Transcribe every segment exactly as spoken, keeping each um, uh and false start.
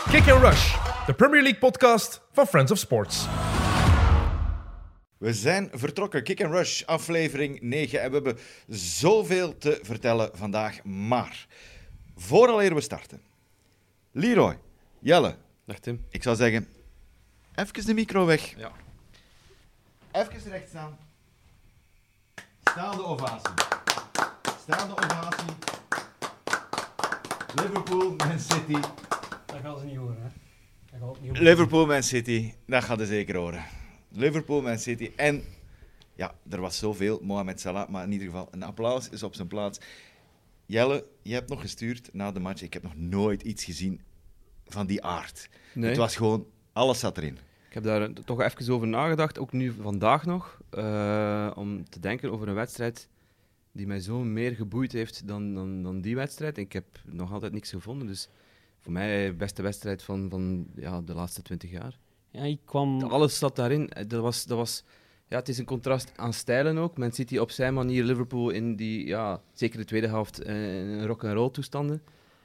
Kick and Rush, de Premier League podcast van Friends of Sports. We zijn vertrokken, Kick and Rush, aflevering negen. En we hebben zoveel te vertellen vandaag. Maar, vooraleer we starten. Leroy, Jelle. Dag Tim. Ik zou zeggen, even de micro weg. Ja. Even recht staan. Staande ovatie. Staande ovatie. Liverpool, Man City. Dat gaan ze niet horen, hè? Dat gaat niet horen. Liverpool, Man City. Dat gaat ze zeker horen. Liverpool, Man City. En ja, er was zoveel. Mohamed Salah, maar in ieder geval een applaus is op zijn plaats. Jelle, je hebt nog gestuurd na de match. Ik heb nog nooit iets gezien van die aard. Nee. Het was gewoon, alles zat erin. Ik heb daar toch even over nagedacht, ook nu vandaag nog, uh, om te denken over een wedstrijd die mij zo meer geboeid heeft dan, dan, dan die wedstrijd. En ik heb nog altijd niks gevonden, dus voor mij de beste wedstrijd van, van ja, de laatste twintig jaar. Ja, ik kwam... Alles zat daarin. Dat was, dat was, ja, het is een contrast aan stijlen ook. Man City op zijn manier, Liverpool in die, ja, zeker de tweede helft, uh, in rock-and-roll toestanden.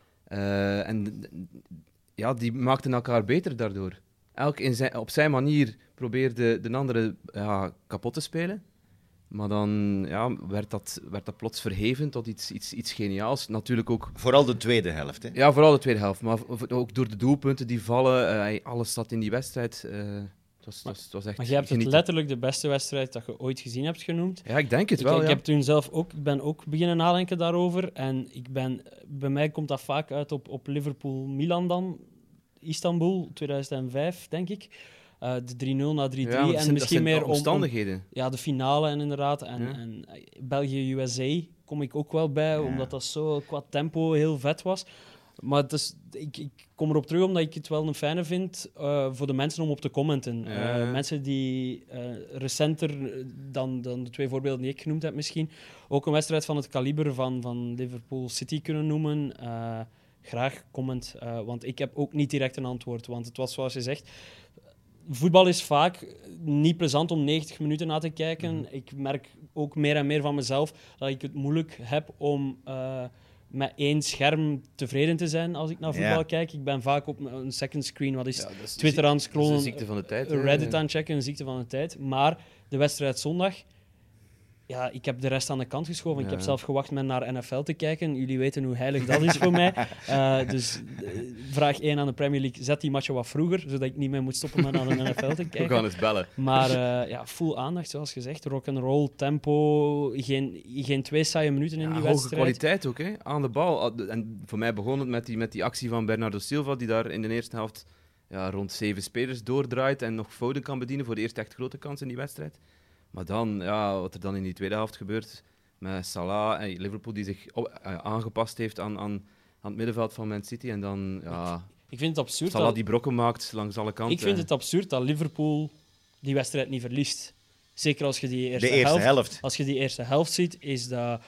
Uh, en ja, die maakten elkaar beter daardoor. Elk in zijn, op zijn manier probeerde de andere ja, kapot te spelen. Maar dan ja, werd, dat, werd dat plots verheven tot iets, iets, iets geniaals. Natuurlijk ook... Vooral de tweede helft, hè? Ja, vooral de tweede helft. Maar ook door de doelpunten die vallen. Uh, alles zat in die wedstrijd. Uh, het, was, maar, het, was, het was echt maar je hebt het genieten. letterlijk de beste wedstrijd dat je ooit gezien hebt genoemd. Ja, ik denk het ik, wel, ik ja. heb toen zelf ook, ik ben ook beginnen nadenken daarover. En ik ben, bij mij komt dat vaak uit op, op Liverpool-Milan dan. Istanbul, tweeduizend vijf, denk ik. Uh, de drie nul naar drie drie. Ja, en zijn, misschien meer om, omstandigheden. om... Ja, de finale en inderdaad. En, Ja. en België-U S A kom ik ook wel bij, Ja. omdat dat zo qua tempo heel vet was. Maar het is, ik, ik kom erop terug omdat ik het wel een fijne vind uh, voor de mensen om op te commenten. Ja. Uh, mensen die uh, recenter dan, dan de twee voorbeelden die ik genoemd heb misschien, ook een wedstrijd van het kaliber van, van Liverpool City kunnen noemen. Uh, graag comment, uh, want ik heb ook niet direct een antwoord. Want het was zoals je zegt, voetbal is vaak niet plezant om negentig minuten na te kijken. Mm-hmm. Ik merk ook meer en meer van mezelf dat ik het moeilijk heb om uh, met één scherm tevreden te zijn als ik naar voetbal Ja. kijk. Ik ben vaak op een second screen, wat is, Ja, dat is Twitter aan het scrollen, dat is een ziekte van de tijd, hè. Reddit aan het checken, een ziekte van de tijd. Maar de wedstrijd zondag, ja, ik heb de rest aan de kant geschoven. Ja. Ik heb zelf gewacht met naar N F L te kijken. Jullie weten hoe heilig dat is voor mij. Uh, dus uh, vraag één aan de Premier League. Zet die matchen wat vroeger, zodat ik niet meer moet stoppen met naar de N F L te kijken. We gaan eens bellen. Maar uh, ja, full aandacht, zoals gezegd. Rock'n'roll, tempo. Geen, geen twee saaie minuten in Ja, die hoge wedstrijd. kwaliteit ook, hè? Aan de bal. En voor mij begon het met die, met die actie van Bernardo Silva, die daar in de eerste helft ja, rond zeven spelers doordraait en nog Foden kan bedienen voor de eerste echt grote kans in die wedstrijd. Maar dan, ja, wat er dan in die tweede helft gebeurt met Salah en Liverpool die zich op, uh, aangepast heeft aan, aan, aan het middenveld van Man City. En dan, ja, Ik vind het absurd Salah dat, die brokken maakt langs alle kanten. ik vind het absurd dat Liverpool die wedstrijd niet verliest. Zeker als je die eerste, De eerste helft, helft. Als je die eerste helft ziet, is dat...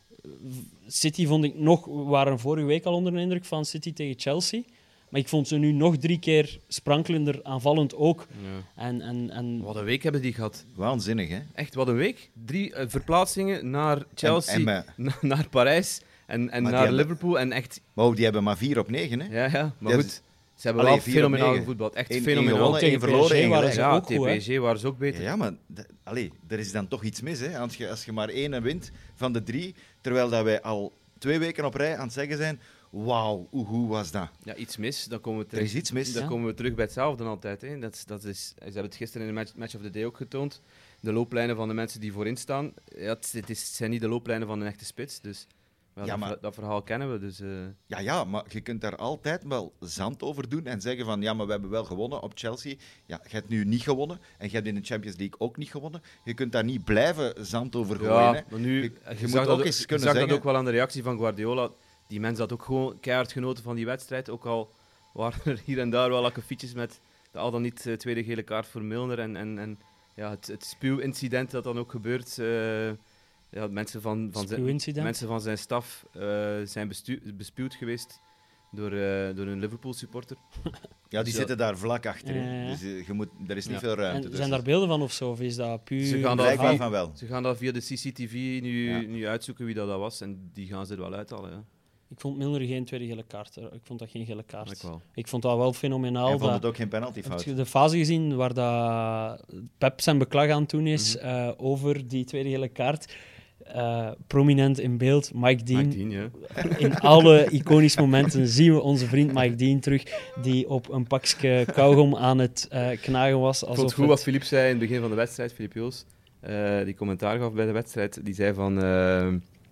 City vond ik nog... We waren vorige week al onder de indruk van City tegen Chelsea. Maar ik vond ze nu nog drie keer sprankelender, aanvallend ook. Ja. En, en, en... Wat een week hebben die gehad. Waanzinnig, hè? Echt, wat een week. Drie uh, verplaatsingen naar Chelsea, En, en, na, naar Parijs en, en Maar naar die Liverpool. En echt, wow, die hebben maar vier op negen, hè? ja, ja, maar Ja, goed. Ze hebben allee, wel vier op fenomenaal negen. gevoetbald. Echt Eén- één fenomenaal. gewonnen, Tegen één verloren, P S G één waren gelijk. ze Ja, ook goed, hè? T P G waren ze ook beter. Ja, maar d- allee, er is dan toch iets mis, hè? Als je, als je maar één wint van de drie, terwijl dat wij al twee weken op rij aan het zeggen zijn, wauw, hoe goed was dat? Ja, iets mis. Dan komen we Er terug, is iets mis. dan Ja. komen we terug bij hetzelfde altijd. Hè. Dat, is- dat is, ze hebben het gisteren in de match, match of the Day ook getoond. De looplijnen van de mensen die voorin staan, ja, het, het, is, het zijn niet de looplijnen van een echte spits. Dus ja, Ja, dat, maar- ver- dat verhaal kennen we. Dus, uh, Ja, ja, maar je kunt daar altijd wel zand over doen en zeggen van, ja, maar we hebben wel gewonnen op Chelsea. Ja, je hebt nu niet gewonnen en je hebt in de Champions League ook niet gewonnen. Je kunt daar niet blijven zand over gooien, hè? ja, maar nu, Je- je, je moet zag, ook dat, eens je kunnen zag dat zeggen- ook wel aan de reactie van Guardiola. Die mens had ook gewoon keihard genoten van die wedstrijd. Ook al waren er hier en daar wel akkefietjes met de al dan niet uh, tweede gele kaart voor Milner. En, en, en ja, het, het spuwincident dat dan ook gebeurt. Uh, ja, mensen, van, van zijn, Spuwincident? mensen van zijn staf uh, zijn bestu- bespuwd geweest door, uh, door een Liverpool-supporter. Ja, die Dus zitten daar vlak achter. hè. Ja, ja. Dus eh, je moet, er is niet Ja. veel ruimte. En tussen. zijn daar beelden van of zo? Of is dat puur... Ze gaan dat Blijkbaar via- van wel. Ze gaan dat via de C C T V nu, Ja. nu uitzoeken wie dat, dat was. En die gaan ze er wel uithalen. Ja. Ik vond Milner geen tweede gele kaart. Ik vond dat geen gele kaart. Ik wel. Ik vond dat wel fenomenaal. Hij vond dat, het ook geen penaltyfout. heb je de fase gezien waar dat Pep zijn beklag aan het doen is Mhm. uh, over die tweede gele kaart? Uh, prominent in beeld, Mike Dean. Mike Dean, ja. In alle iconische momenten zien we onze vriend Mike Dean terug, die op een pakje kauwgom aan het uh, knagen was. Ik Alsof vond het goed het... wat Filip zei in het begin van de wedstrijd, Filip Joos, uh, die commentaar gaf bij de wedstrijd. Die zei van, uh,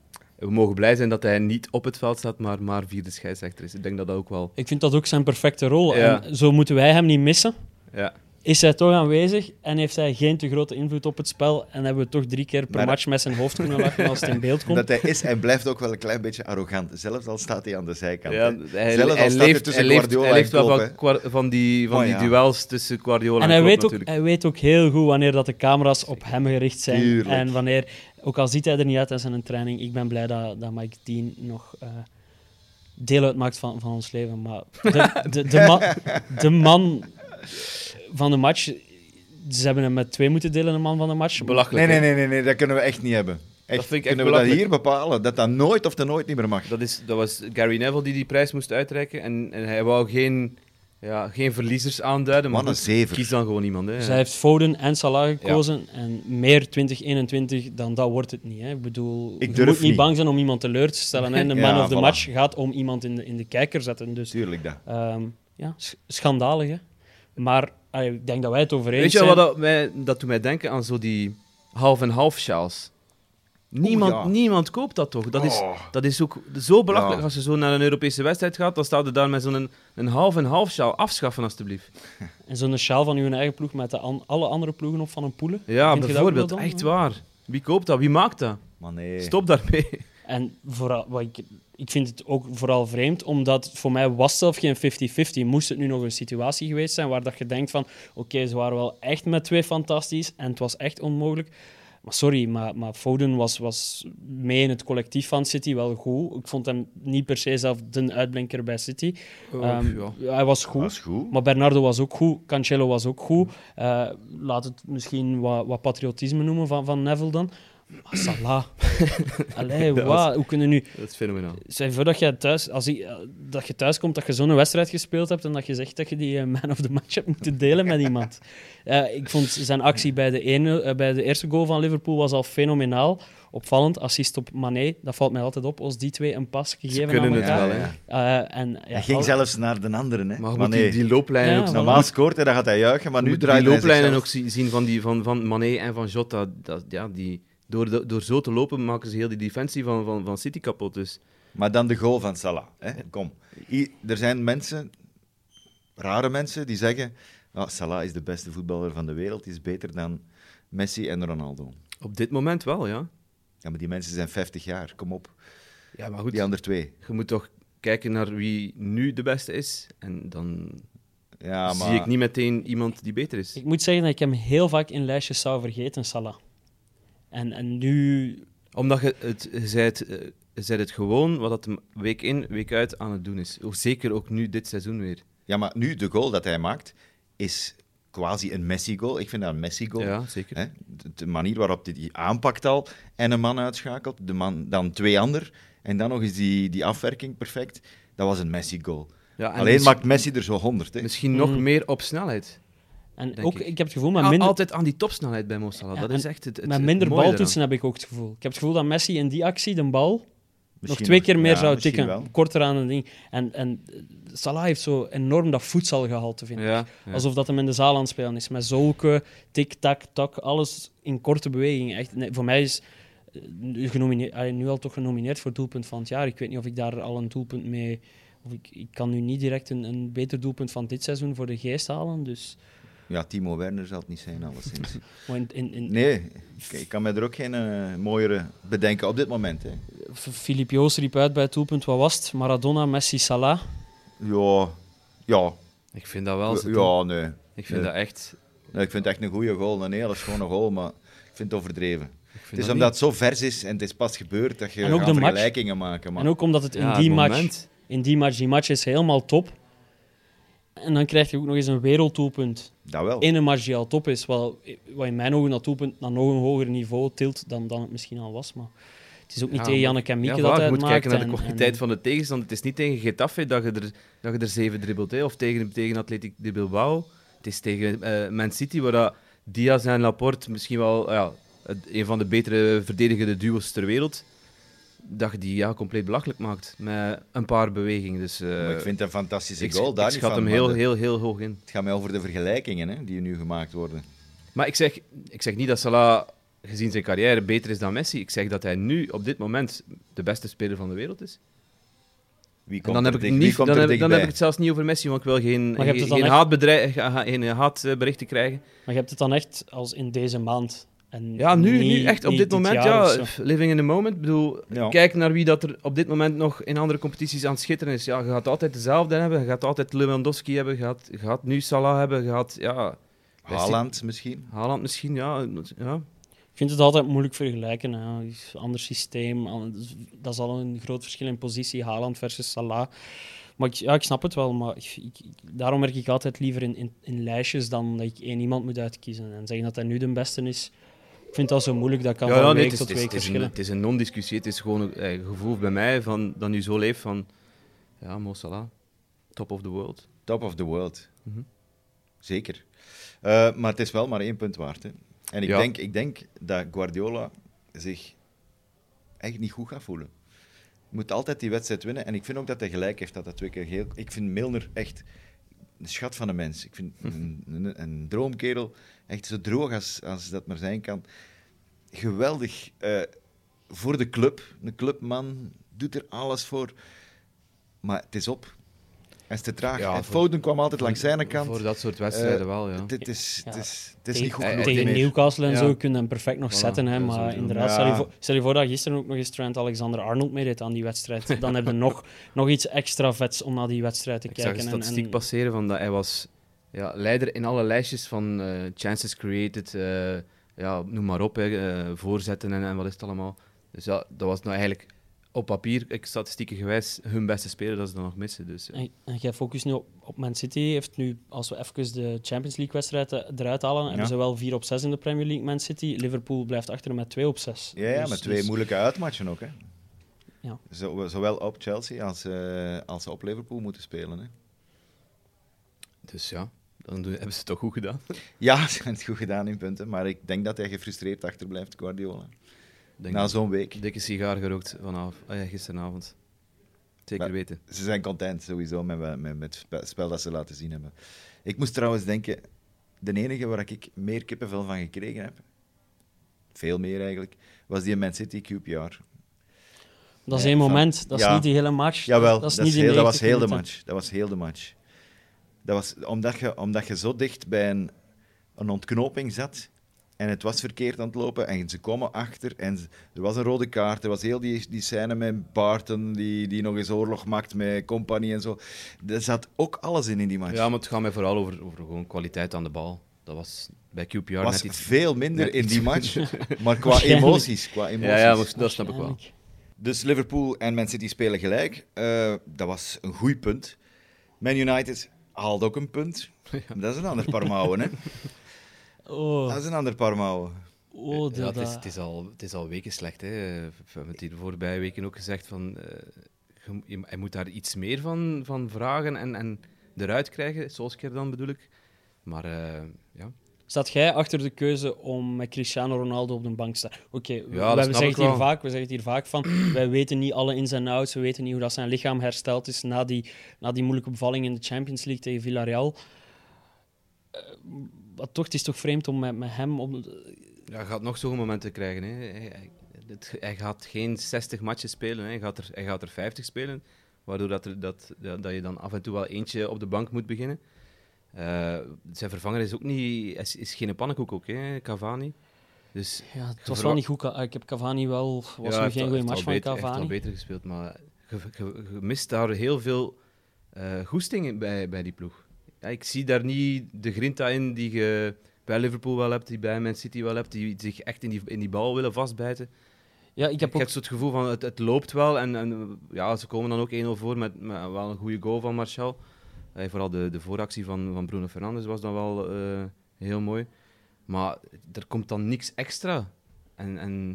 we mogen blij zijn dat hij niet op het veld staat, maar maar vierde scheidsrechter is. Ik denk dat dat ook wel... Ik vind dat ook zijn perfecte rol. Ja. En zo moeten wij hem niet missen. Ja. Is hij toch aanwezig en heeft hij geen te grote invloed op het spel en hebben we toch drie keer per Maar- match met zijn hoofd kunnen lachen als het in beeld komt. Dat hij is en blijft ook wel een klein beetje arrogant. Zelfs al staat hij aan de zijkant. Ja, hè. hij, Zelfs al hij staat hij leeft, tussen hij leeft, Guardiola hij leeft en wel Klopp, van, kwa- van die, van Oh, die ja. duels tussen Guardiola En en, hij Klopp weet, ook, natuurlijk. hij weet ook heel goed wanneer dat de camera's op hem gericht zijn. Tuurlijk. En wanneer, ook al ziet hij er niet uit in zijn training, ik ben blij dat, dat Mike Dean nog uh, deel uitmaakt van, van ons leven. Maar de, de, de, man, de man van de match, ze hebben hem met twee moeten delen, de man van de match. Belachelijk. Nee, hè? nee, nee, nee, nee, dat kunnen we echt niet hebben. Echt, Dat vind ik echt kunnen we dat belachelijk. hier bepalen? Dat dat nooit of te nooit niet meer mag. Dat, is, dat was Gary Neville die die prijs moest uitreiken. En, en hij wou geen, ja, geen verliezers aanduiden. Maar Man, een goed, zever. kies dan gewoon iemand. Hè. Zij heeft Foden en Salah gekozen. En meer twintig eenentwintig dan dat wordt het niet. Hè. Ik bedoel, Ik je durf moet niet niet. bang zijn om iemand teleur te stellen. En de Ja, man of the voilà. match gaat om iemand in de, in de kijker zetten. Dus Tuurlijk dat. ehm, ja, sch- schandalig. Hè. Maar allee, ik denk dat wij het over eens Weet je zijn. wat dat, mij, dat doet mij denken aan zo die half en half sjaals. Niemand, ja. niemand koopt dat toch? Dat is, Oh. dat is ook zo belachelijk. Ja. Als je zo naar een Europese wedstrijd gaat, dan staat er daar met zo'n een, een half en half sjaal. Afschaffen, alstublieft. En zo'n sjaal van uw eigen ploeg met de an- alle andere ploegen op van een poelen. Ja, Vind je dat ook bijvoorbeeld. wel dan? Echt waar. Wie koopt dat? Wie maakt dat? Maar nee. Stop daarmee. En vooral, wat ik, ik vind het ook vooral vreemd, omdat voor mij was het zelf geen vijftig vijftig. Moest het nu nog een situatie geweest zijn waar dat je denkt van oké, okay, ze waren wel echt met twee fantastisch en het was echt onmogelijk. Maar sorry, maar, maar Foden was, was mee in het collectief van City wel goed. Ik vond hem niet per se zelf de uitblinker bij City. Oh, Um, ja. Hij was goed. Dat is goed. Maar Bernardo was ook goed, Cancelo was ook goed. Uh, laat het misschien wat, wat patriotisme noemen van, van Neville dan. Maar Salah. Allee, Dat wat? was- Hoe kunnen nu... Dat is fenomenaal. Stel je voor dat je thuis, als je, dat je thuis komt, dat je zo'n wedstrijd gespeeld hebt en dat je zegt dat je die eh, man of the match hebt moeten delen met iemand. Uh, ik vond zijn actie bij de, ene, uh, bij de eerste goal van Liverpool was al fenomenaal. Opvallend, assist op Mané. Dat valt mij altijd op, als die twee een pas gegeven kunnen aan het elkaar. wel, Ja, hè. ja. Uh, en, ja, Hij ging al- zelfs naar de anderen. Hè. Maar je Maar moet die, nee. die looplijnen Ja, ook maar- zien. Normaal scoort hij, dan gaat hij juichen, maar Je nu moet draait die hij looplijnen zichzelf. ook zi- zien van, die, van, van Mané en van Jota. Dat, ja, die, door, de- door zo te lopen maken ze heel die defensie van, van, van City kapot. Dus. Maar dan de goal van Salah. Hè. Kom. I- er zijn mensen, rare mensen, die zeggen oh, Salah is de beste voetballer van de wereld, is beter dan Messi en Ronaldo. Op dit moment wel, ja. Ja, maar die mensen zijn vijftig jaar, kom op. Ja, maar goed. Die andere twee. Je moet toch kijken naar wie nu de beste is. En dan Ja, maar... zie ik niet meteen iemand die beter is. Ik moet zeggen dat ik hem heel vaak in lijstjes zou vergeten, Salah. En, en nu... Omdat je het, je zei het, eh, je zei het gewoon wat het week in, week uit aan het doen is. Ook zeker ook nu dit seizoen weer. Ja, maar nu, de goal dat hij maakt, is quasi een Messi-goal. Ik vind dat een Messi-goal. Ja, zeker. Hè? De, de manier waarop hij die aanpakt al en een man uitschakelt, de man, dan twee ander, en dan nog eens die, die afwerking perfect. Dat was een Messi-goal. Ja, en Alleen mis- maakt Messi er zo honderd. Hè? Misschien nog Mhm. meer op snelheid. En Denk ook, ik. ik. heb het gevoel, met Al- minder, Altijd aan die topsnelheid bij Mo Salah. Ja, dat en is echt het, het met het minder mooie baltoetsen heb ik ook het gevoel. Ik heb het gevoel dat Messi in die actie de bal nog Misschien twee keer meer ja, zou misschien tikken. wel. Korter aan een ding. En, en eh, Salah heeft zo enorm dat voedselgehalte, vind ik. eraan. Ja, ja. Alsof dat hem in de zaal aan het spelen is. Met zulke tik-tak-tak, alles in korte bewegingen. Echt, nee, voor mij is eh, nu, genomineerd, allee, nu al toch genomineerd voor doelpunt van het jaar. Ik weet niet of ik daar al een doelpunt mee... Of ik, ik kan nu niet direct een, een beter doelpunt van dit seizoen voor de geest halen. Dus, Ja, Timo Werner zal het niet zijn, alleszins. maar in, in, in, Nee, ik, ik kan me er ook geen eh, mooiere bedenken op dit moment. Hè. Filip Joos riep uit bij het doelpunt, wat was het? Maradona, Messi, Salah. Ja, ja, Ik vind dat wel. ja, zitten. ja, nee. Ik vind Nee. dat echt... nee. Ik vind het echt een goede goal. Nee, dat is gewoon een goal, maar ik vind het overdreven. Ik vind Het is dat omdat het zo vers is en het is pas gebeurd dat je En ook gaat de match. vergelijkingen maken. Maar... En ook omdat het niet. in Ja, die het match... moment. In die match, die match is helemaal top. En dan krijg je ook nog eens een werelddoelpunt. Dat wel. In een match die al top is, wel, wat in mijn ogen dat doelpunt naar nog een hoger niveau tilt dan, dan het misschien al was. Maar Het is ook niet Ja, tegen maar- Janneke en Mieke ja, dat voilà, hij je het moet maakt. kijken naar de en- kwaliteit en- van de tegenstander. Het is niet tegen Getafe dat je er, dat je er zeven dribbelt, hè. Of tegen, tegen Athletic de Bilbao. Het is tegen eh, Man City, waar dat Diaz en Laporte misschien wel ja, het- een van de betere verdedigende duo's ter wereld, dat je die ja, compleet belachelijk maakt met een paar bewegingen. Dus, eh, Maar ik vind het een fantastische ik, goal. ik Daar niet schat van, hem maar heel, de- heel, heel hoog in. Het gaat mij over de vergelijkingen hè, die nu gemaakt worden. Maar ik zeg, ik zeg niet dat Salah, gezien zijn carrière, beter is dan Messi. Ik zeg dat hij nu, op dit moment, de beste speler van de wereld is. Wie En komt dan heb, er ik dik- niet, wie komt dan, er heb, dan heb dichtbij? ik het zelfs niet over Messi, want ik wil geen, je hebt geen, het dan geen, echt- haatbedrij- ha- geen haatberichten krijgen. Maar je hebt het dan echt als in deze maand. En Ja, nu, niet- nu echt op niet dit moment, jaar of ja, zo. living in the moment. Ik bedoel, Ja. kijk naar wie dat er op dit moment nog in andere competities aan het schitteren is. Ja, je gaat altijd dezelfde hebben, je gaat altijd Lewandowski hebben, je gaat, je gaat nu Salah hebben, je gaat, ja... Haaland misschien? Haaland misschien, ja. ja. Ik vind het altijd moeilijk vergelijken. Hè. Ander systeem, an- dat is al een groot verschil in positie, Haaland versus Salah. Maar ik, ja, ik snap het wel, maar ik, ik- daarom werk ik altijd liever in, in, in lijstjes dan dat ik één iemand moet uitkiezen. En zeggen dat hij nu de beste is, ik vind dat zo moeilijk. Dat kan Ja, van ja, nee, week het, is, tot het, is, week het, is een, verschillen. het is een non-discussie. Het is gewoon een eh, gevoel bij mij van, dat nu zo leeft van... Ja, Mo Salah, top of the world. Top of the world. Mhm. Zeker. Uh, maar het is wel maar één punt waard. Hè. En ik, Ja. denk, ik denk dat Guardiola zich echt niet goed gaat voelen. Hij moet altijd die wedstrijd winnen. En ik vind ook dat hij gelijk heeft dat dat twee keer heel... Ik vind Milner echt een schat van een mens. Ik vind een, een, een droomkerel. Echt zo droog als, als dat maar zijn kan. Geweldig uh, voor de club. Een clubman. Doet er alles voor. Maar het is op. Hij is te traag. Ja, en voor- Foden kwam altijd langs zijn kant. Voor dat soort wedstrijden Eh, wel, ja. Het is, het Ja. is, het is Tegen- niet goed eh, genoeg Tegen meer. Newcastle en Ja. zo kun je hem perfect nog Voilà, zetten. Hè, dat maar sowieso. inderdaad, Ja. stel, je voor, stel je voor dat gisteren ook nog eens Trent Alexander-Arnold meedeed aan die wedstrijd. Dan heb je nog, nog iets extra vets om naar die wedstrijd te Ik zag een kijken. En- statistiek en- passeren van dat hij was ja, leider in alle lijstjes van eh, chances created, eh, ja, noem maar op, hè, eh, voorzetten en, en wat is het allemaal. Dus ja, dat was nou eigenlijk op papier, ik, statistieken gewijs, hun beste speler dat ze dan nog missen. Dus, ja. En, en jij focust nu op, op Man City. Heeft nu, als we even de Champions League-wedstrijd eruit halen, hebben ze wel vier op zes in de Premier League, Man City. Liverpool blijft achter met twee op zes. Ja, ja Dus- met twee dus- moeilijke uitmatchen ook. Hè. Ja. Zo, zowel op Chelsea als, uh, als ze op Liverpool moeten spelen. Hè. dus ja, dan doen, hebben ze het toch goed gedaan. Ja, ze hebben het goed gedaan in punten. Maar ik denk dat hij gefrustreerd achterblijft, Guardiola. Denk Na ik. zo'n week. Dikke sigaar gerookt vanaf, ah ja, gisteravond. Zeker Maar- weten. Ze zijn content sowieso met, met, met het spe- spel dat ze laten zien hebben. Ik moest trouwens denken, de enige waar ik meer kippenvel van gekregen heb, veel meer eigenlijk, was die Man City Q P R. Dat is Nee, één van- moment, dat is ja. niet die hele match. Jawel, dat is dat, niet is die heel, dat was negentig heel de minuten. match. Dat was heel de match. Dat was omdat je, omdat je zo dicht bij een, een ontknoping zat en het was verkeerd aan het lopen en ze komen achter en ze- er was een rode kaart. Er was heel die, die scène met Barton die, die nog eens oorlog maakt met Company en zo. Er zat ook alles in in die match. Ja, maar het gaat mij vooral over, over gewoon kwaliteit aan de bal. Dat was bij Q P R was net iets... veel minder net in iets- die match, maar qua Waarschijnlijk. emoties. Qua emoties. Ja, ja, maar dat snap ik wel. Waarschijnlijk. Dus Liverpool en Man City spelen gelijk. Uh, dat was een goed punt. Man United haalt ook een punt. Maar dat is een ander paar mouwen, hè. Oh, Dat is een ander paar mouwen. oh Ja, dat, het, is, het, is al, het is al weken slecht. Hè. We hebben het hier de voorbije weken ook gezegd. Van, eh, je, je- hij moet daar iets meer van, van vragen en, en eruit krijgen. Solskjaer dan bedoel ik. Maar eh, ja. Staat jij achter de keuze om met Cristiano Ronaldo op de bank te staan? Oké, dat we, snap we ik zeggen het hier wel. vaak, we zeggen het hier vaak van, wij weten niet alle ins en outs, we weten niet hoe dat zijn lichaam hersteld is na die, na die moeilijke bevalling in de Champions League tegen Villarreal. Uh, maar toch, het is toch vreemd om met, met hem op... Ja, hij gaat nog zo'n momenten krijgen. Hè. Hij, hij, het- hij gaat geen zestig matchen spelen. Hè. Hij, gaat er, hij gaat er vijftig spelen. Waardoor dat, er, dat, dat, dat je dan af en toe wel eentje op de bank moet beginnen. Uh, zijn vervanger is ook niet, is, is geen pannenkoek ook, hè, Cavani. Dus Ja, het was Gevra- wel niet goed. Ka- Ik heb Cavani wel... was ja, nu hij heeft geen al- goede heeft match al van beter- Hij heeft Cavani. al beter gespeeld, maar je, je, je mist daar heel veel uh, goesting bij, bij die ploeg. Ja, ik zie daar niet de grinta in die je bij Liverpool wel hebt, die bij Man City wel hebt, die zich echt in die, in die bal willen vastbijten. Ja, ik Ik heb heb ook... zo het gevoel van het, het loopt wel en, en ja, ze komen dan ook één nul voor met, met wel een goede goal van Martial. Eh, vooral de, de vooractie van, van Bruno Fernandes was dan wel uh, heel mooi. Maar er komt dan niks extra. En, en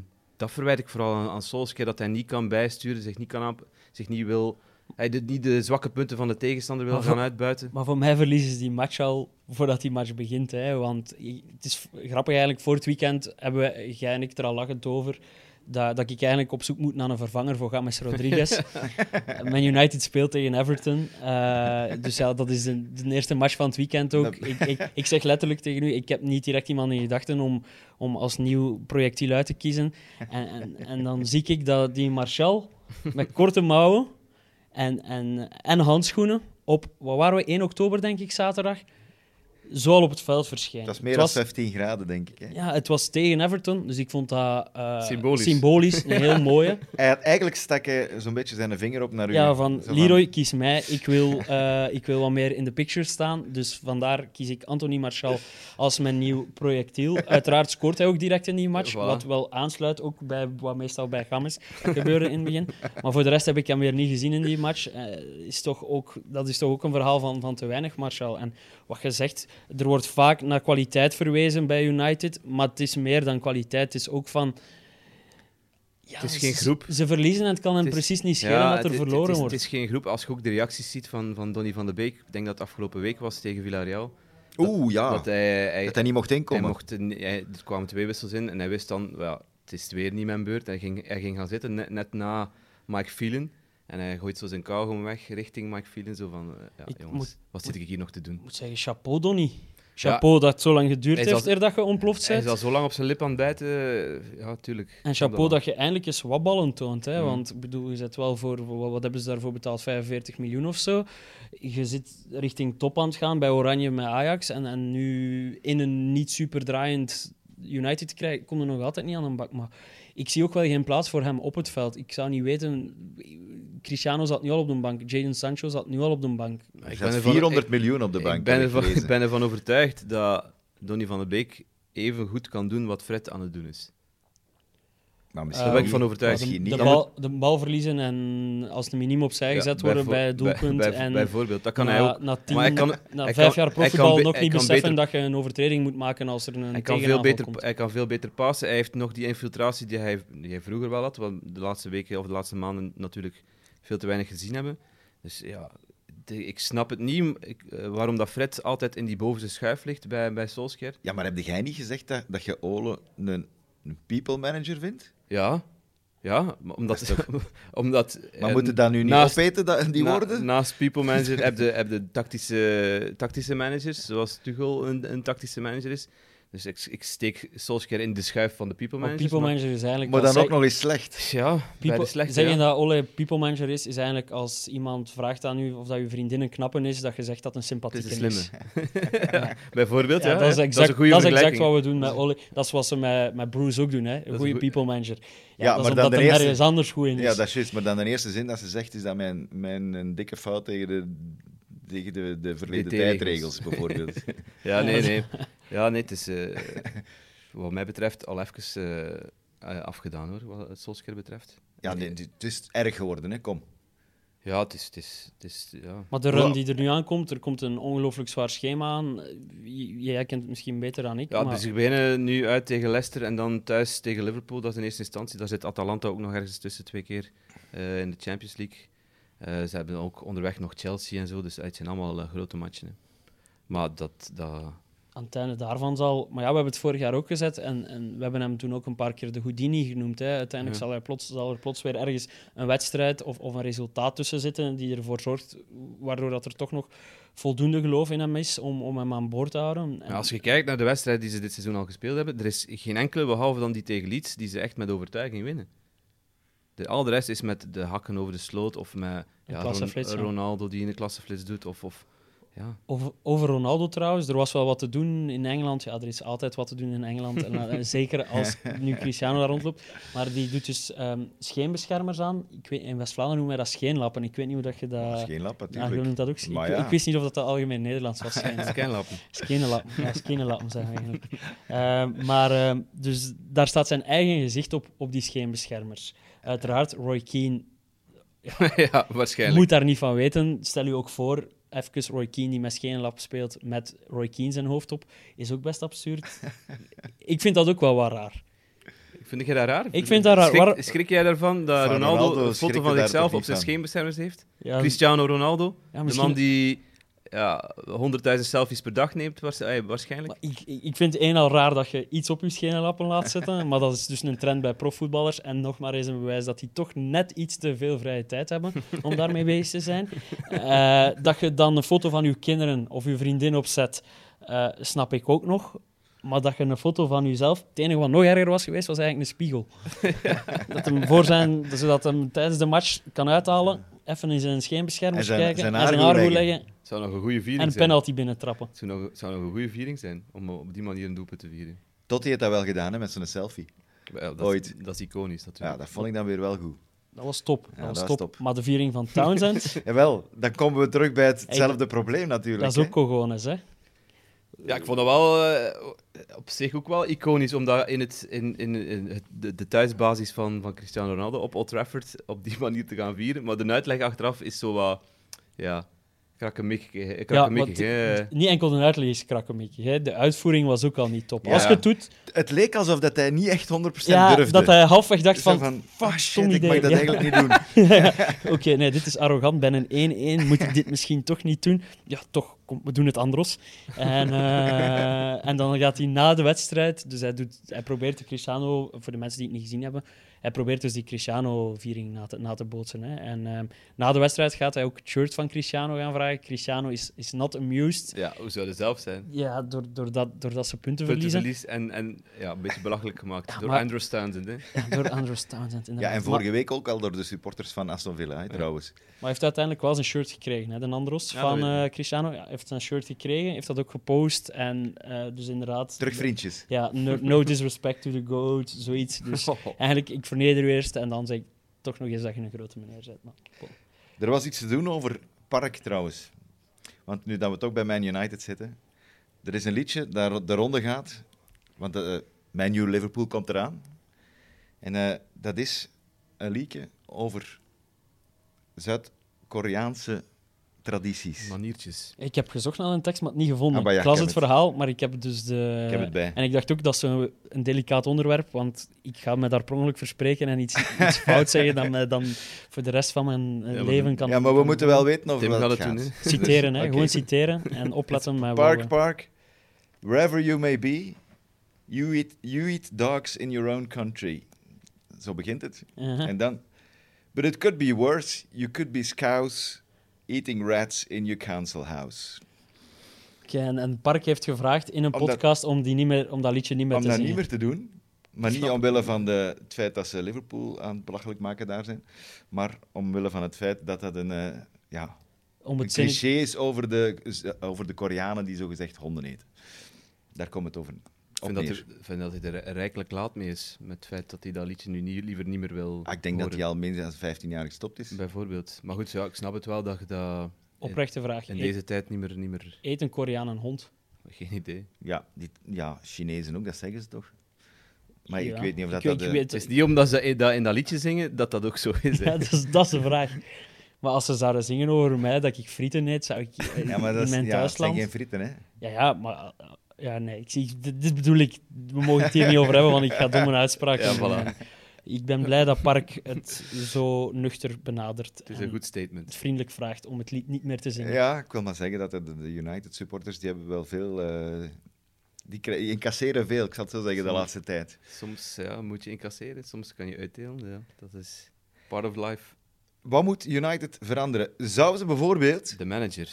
dat verwijt ik vooral aan, aan Solskjaer, dat hij niet kan bijsturen, zich niet, kan aan, zich niet wil... Hij de, niet de zwakke punten van de tegenstander wil Maar gaan voor- uitbuiten. Maar voor mij verliezen ze die match al voordat die match begint. Hè. Want het is grappig eigenlijk, voor het weekend hebben we, jij en ik er al lachend over, dat, dat ik eigenlijk op zoek moet naar een vervanger voor James Rodriguez. Man United speelt tegen Everton. Uh, dus ja, dat is de, de eerste match van het weekend ook. Ik, ik, ik zeg letterlijk tegen u, ik heb niet direct iemand in gedachten om, om als nieuw projectiel uit te kiezen. En, en, en dan zie ik dat die Martial met korte mouwen en, en, en handschoenen op, wat waren we, één oktober denk ik, zaterdag, zo al op het veld verschijnen. Dat is meer Het dan was- vijftien graden, denk ik. Hè. Ja, het was tegen Everton, dus ik vond dat uh, Symbolisch. symbolisch een heel mooie. Hij had eigenlijk stak hij zo'n beetje zijn vinger op naar u. Ja, van Zo Leroy, kies mij. Ik wil, uh, ik wil wat meer in de picture staan. Dus vandaar kies ik Anthony Martial als mijn nieuw projectiel. Uiteraard scoort hij ook direct in die match, Voilà. wat wel aansluit ook bij wat meestal bij James gebeurde in het begin. Maar voor de rest heb ik hem weer niet gezien in die match. Uh, is toch ook, dat is toch ook een verhaal van, van te weinig, Martial. En wat je zegt, er wordt vaak naar kwaliteit verwezen bij United, maar het is meer dan kwaliteit. Het is ook van... Ja, Het is geen ze- groep. Ze verliezen en het kan hen Het is- precies niet schelen Ja, dat er het- verloren het is, wordt. Het is geen groep. Als je ook de reacties ziet van, van Donny van de Beek, ik denk dat het afgelopen week was tegen Villarreal, Oeh, ja. dat hij, hij, Dat hij niet mocht hij inkomen. mocht, een- hij, er kwamen twee wissels in en hij wist dan, ja, het is weer niet mijn beurt. Hij ging, hij ging gaan zitten net, net na Mike Phelan. En hij gooit zo zijn kauwgom weg richting Mike Phelan. Zo van, eh, ja, Ik jongens, moet- wat zit ik hier nog te doen? Ik moet zeggen, chapeau, Donny. Chapeau dat het zo lang geduurd Hij is heeft al- eer dat je ontploft Hij bent. is al zo lang op zijn lip aan het bijten. eh, Ja, tuurlijk. En chapeau Kan dat je eindelijk eens wat ballen toont. Hè? Mm. Want ik bedoel, je zit wel voor, wat, wat hebben ze daarvoor betaald? vijfenveertig miljoen of zo. Je zit richting top aan het gaan bij Oranje met Ajax. En, en nu in een niet super draaiend United te krijgen, komt er nog altijd niet aan een bak. Maar ik zie ook wel geen plaats voor hem op het veld. Ik zou niet weten... Cristiano zat nu al op de bank. Jadon Sancho zat nu al op de bank. Hij Ik zat ben ervan- vierhonderd ik- miljoen op de bank. Ik ben, heb ik ervan, gelezen. ik ben ervan overtuigd dat Donny van de Beek even goed kan doen wat Fred aan het doen is. Maar Eh, misschien Daar ben ik niet. van overtuigd. de, Misschien de, niet. bal, de bal verliezen en als de minimum opzij gezet Ja, worden bijvo- bij het doelpunt. bij- bij- en Bijvoorbeeld, dat kan na, hij ook. na, tien, Maar hij kan- na hij vijf kan- jaar hij profvoetbal kan be- nog hij niet kan beseffen beter- dat je een overtreding moet maken als er een Hij kan, veel tegenaanval beter, komt. hij kan veel beter passen. Hij heeft nog die infiltratie die hij, die hij vroeger wel had, wat we de laatste weken of de laatste maanden natuurlijk veel te weinig gezien hebben. Dus ja, de- ik snap het niet ik, eh, waarom dat Fred altijd in die bovenste schuif ligt bij, bij Solskjaer. Ja, maar heb jij niet gezegd dat, dat je Ole een, een people manager vindt? Ja, ja maar omdat... omdat Maar eh, moet je dat nu niet naast- opeten, dat, die na- woorden? Naast people manager heb je, heb je tactische, tactische managers, zoals Tuchel een, een tactische manager is. Dus ik, ik steek Solskjaer in de schuif van de people Maar managers. people maar- manager is eigenlijk... Maar als dan ook zij- nog eens slecht. Ja, bij people- de slechte, zeggen ja. dat Ole people manager is, is eigenlijk als iemand vraagt aan u of dat je vriendin een knappen is, dat je zegt dat een Het is sympathieke een slimme. Bijvoorbeeld, ja. Ja, dat is hè. exact, een goede dat is exact vergelijking. wat we doen met Ole. Dat is wat ze met, met Bruce ook doen, hè. Een een goede goe- people manager. Ja, Ja, dat maar is dan omdat de hij eerste- ergens anders goed in is. Ja, dat is juist. Maar dan de eerste zin dat ze zegt, is dat mijn, mijn een dikke fout tegen de, tegen de, de verleden De T-regels. tijdregels, bijvoorbeeld. Ja, nee, nee. Ja, nee, het is eh, wat mij betreft al even eh, afgedaan, hoor, wat het Solskjaer betreft. Ja, nee, het is erg geworden, hè. Kom. Ja, het is... Het is, het is ja. Maar de run Wow. die er nu aankomt, er komt een ongelooflijk zwaar schema aan. J- Jij kent het misschien beter dan ik. Ja, maar dus ik beginnen nu uit tegen Leicester en dan thuis tegen Liverpool. Dat is in eerste instantie. Daar zit Atalanta ook nog ergens tussen twee keer eh, in de Champions League. Eh, ze hebben ook onderweg nog Chelsea en zo, dus het zijn allemaal eh, grote matchen. Hè. Maar dat... dat aan het einde daarvan zal... Maar ja, we hebben het vorig jaar ook gezet en, en we hebben hem toen ook een paar keer de Houdini genoemd. Hè. Uiteindelijk Ja. zal, hij plots, zal er plots weer ergens een wedstrijd of, of een resultaat tussen zitten die ervoor zorgt, waardoor dat er toch nog voldoende geloof in hem is om, om hem aan boord te houden. En, Ja, als je kijkt naar de wedstrijden die ze dit seizoen al gespeeld hebben, er is geen enkele, behalve dan die tegen Leeds, die ze echt met overtuiging winnen. De, al de rest is met de hakken over de sloot of met ja, klasseflits, ja. Ronaldo die in de klasseflits doet. Of, of, ja. Over, over Ronaldo trouwens, er was wel wat te doen in Engeland. Ja, er is altijd wat te doen in Engeland. En, eh, zeker als nu Cristiano daar rondloopt. Maar die doet dus ehm, scheenbeschermers aan. Ik weet, in West-Vlaanderen noemen wij dat scheenlappen. Ik weet niet hoe dat je dat... Dat is geen lap, Ja, natuurlijk. je noemt dat ook. Ik, Maar ja. ik wist niet of dat, dat algemeen Nederlands was. Scanlappen. Scheenlappen. Ja, scheenlappen zijn we eigenlijk. Ehm, maar ehm, dus daar staat zijn eigen gezicht op, op die scheenbeschermers. Uiteraard, Roy Keane Ja, waarschijnlijk. moet daar niet van weten. Stel je ook voor, even Roy Keane die met scheenlap speelt met Roy Keane zijn hoofd op, is ook best absurd. Ik vind dat ook wel wat raar. Vind je dat raar? Ik vind dat raar. Schrik, Waar- schrik jij daarvan dat Van Ronaldo, Ronaldo een foto schrik van je daar zichzelf toch op zijn niet van? scheenbeschermers heeft? Ja, Cristiano Ronaldo, ja, de misschien- man die ja, honderdduizend selfies per dag neemt, waars- eh, waarschijnlijk. Maar ik, ik ik vind het één al raar dat je iets op je scheenlappen laat zetten, maar dat is dus een trend bij profvoetballers. En nog maar eens een bewijs dat die toch net iets te veel vrije tijd hebben om daarmee bezig te zijn. Eh, dat je dan een foto van je kinderen of je vriendin opzet, eh, snap ik ook nog. Maar dat je een foto van jezelf... Het enige wat nog erger was geweest, was eigenlijk een spiegel. Dat hem voor zijn... Zodat hem tijdens de match kan uithalen, even in zijn scheenbeschermers En zijn- kijken, zijn en haar zijn goed haar goed leggen. leggen Het zou nog een goede viering en een zijn. penalty binnentrappen. Het zou nog, het zou nog een goede viering zijn om op die manier een doelpunt te vieren. Totti heeft dat wel gedaan, hè, met zo'n selfie. Wel, dat, Ooit. Is, dat is iconisch Ja, natuurlijk. dat vond ik dan weer wel goed. Dat was top. Dat Ja, was dat top. was top. Maar de viering van Townsend, Jawel, dan komen we terug bij hetzelfde probleem natuurlijk. dat is hè. ook cojones, hè. Ja, ik vond dat wel eh, op zich ook wel iconisch, omdat in, het, in, in, in het, de, de thuisbasis van, van Cristiano Ronaldo op Old Trafford op die manier te gaan vieren. Maar de uitleg achteraf is zo wat... Ja, krakkemikkig. Ja, krakkemikkig, maar hè. t- niet enkel de uitleg is krakkemikkig, hè. De uitvoering was ook al niet top. Ja. Als je het doet, Het leek alsof dat hij niet echt honderd procent ja, durfde. dat hij halfweg dacht Zo van... fuck stom shit, ik idee. mag dat Ja. eigenlijk niet doen. Oké, nee, dit is arrogant. Bij een één-één moet ik dit misschien toch niet doen. Ja, toch, kom, we doen het anders. En, eh, en dan gaat hij na de wedstrijd... Dus hij, doet, hij probeert de Cristiano... Voor de mensen die het niet gezien hebben... Hij probeert dus die Cristiano-viering na te, na te bootsen. Hè. En ehm, na de wedstrijd gaat hij ook het shirt van Cristiano gaan vragen. Cristiano is, is not amused. Ja, hoe zou het zelf zijn? Ja, door, doordat, doordat ze punten verliezen. Puntenverlies en, en ja, een beetje belachelijk gemaakt Ja, door maar- Andrew Townsend. Hè. Ja, door Andrew Townsend. Ja, inderdaad. en Maar- vorige week ook al door de supporters van Aston Villa, hè, trouwens. Maar hij heeft uiteindelijk wel zijn shirt gekregen, hè, de Andros Ja, van dat weet ik. eh, Cristiano. Ja, hij heeft zijn shirt gekregen, heeft dat ook gepost. En eh, dus inderdaad... Terug vriendjes. Ja, no, no disrespect to the goat, zoiets. Dus eigenlijk, ik verneder u eerst en dan zeg ik toch nog eens dat je een grote meneer bent. Maar, bon. Er was iets te doen over Park, trouwens. Want nu dat we toch bij Man United zitten... Er is een liedje dat de ronde gaat. Want uh, Man U Liverpool komt eraan. En uh, dat is een liedje over Zuid-Koreaanse tradities. Maniertjes. Ik heb gezocht naar een tekst, maar het niet gevonden. Ah, maar ja, ik las ik het heb het. verhaal, maar ik heb dus de... Ik heb het bij. En ik dacht ook, dat is zo een delicaat onderwerp, want ik ga me daar per ongeluk verspreken en iets, iets fout zeggen dat me dan voor de rest van mijn eh, maar leven dan- kan... Ja, maar we kan moeten wel weten over Tim wat gaat het het gaat. doen, hè. Citeren, hè. Oké. Gewoon citeren en opletten met Park, wat we- park, wherever you may be, you eat, you eat dogs in your own country. Zo begint het. Uh-huh. En dan... But it could be worse. You could be scouse eating rats in your council house. Oké, en, en Park heeft gevraagd in een Omdat- podcast om, die niet meer, om dat liedje niet meer Om te dat zingen. niet meer te doen. Maar niet Snap. omwille van de, het feit dat ze Liverpool aan het belachelijk maken daar zijn. Maar omwille van het feit dat dat een, eh, ja, Om een het zin... cliché is over de, over de Koreanen die zogezegd honden eten. Daar komt het over. Ik vind, dat er, ik vind dat hij er rijkelijk laat mee is, met het feit dat hij dat liedje nu niet, liever niet meer wil Ah, ik denk dat horen, hij al minstens vijftien jaar gestopt is. bijvoorbeeld. Maar goed, ja, ik snap het wel dat je dat Oprechte vraag. in Eet, deze tijd niet meer... Niet meer eet een Koreaan een hond? geen idee. Ja, die, ja, Chinezen ook, dat zeggen ze toch? Maar ik Ja. weet niet of dat... Ik- dat ik eh, weet- Het is niet omdat ze dat in dat liedje zingen, dat dat ook zo is. Hè. Ja, dat is, dat is de vraag. Maar als ze zouden zingen over mij dat ik frieten eet, zou ik eh, ja, maar dat in is, mijn ja, het zijn thuisland... geen frieten, hè? Ja, ja, maar... eh, Ja, nee, ik zie, dit, dit bedoel ik. We mogen het hier niet over hebben, want ik ga domme uitspraken. Ja, voilà. doen. Ik ben blij dat Park het zo nuchter benadert. Het is en een goed statement. vriendelijk vraagt om het lied niet meer te zingen. Ja, ik wil maar zeggen dat de, de United-supporters, die hebben wel veel... eh, die kri- incasseren veel, ik zal het zo zeggen, de Soms. laatste tijd. Soms ja, moet je incasseren, soms kan je uitdelen. Ja. Dat is part of life. Wat moet United veranderen? Zouden ze bijvoorbeeld... De manager.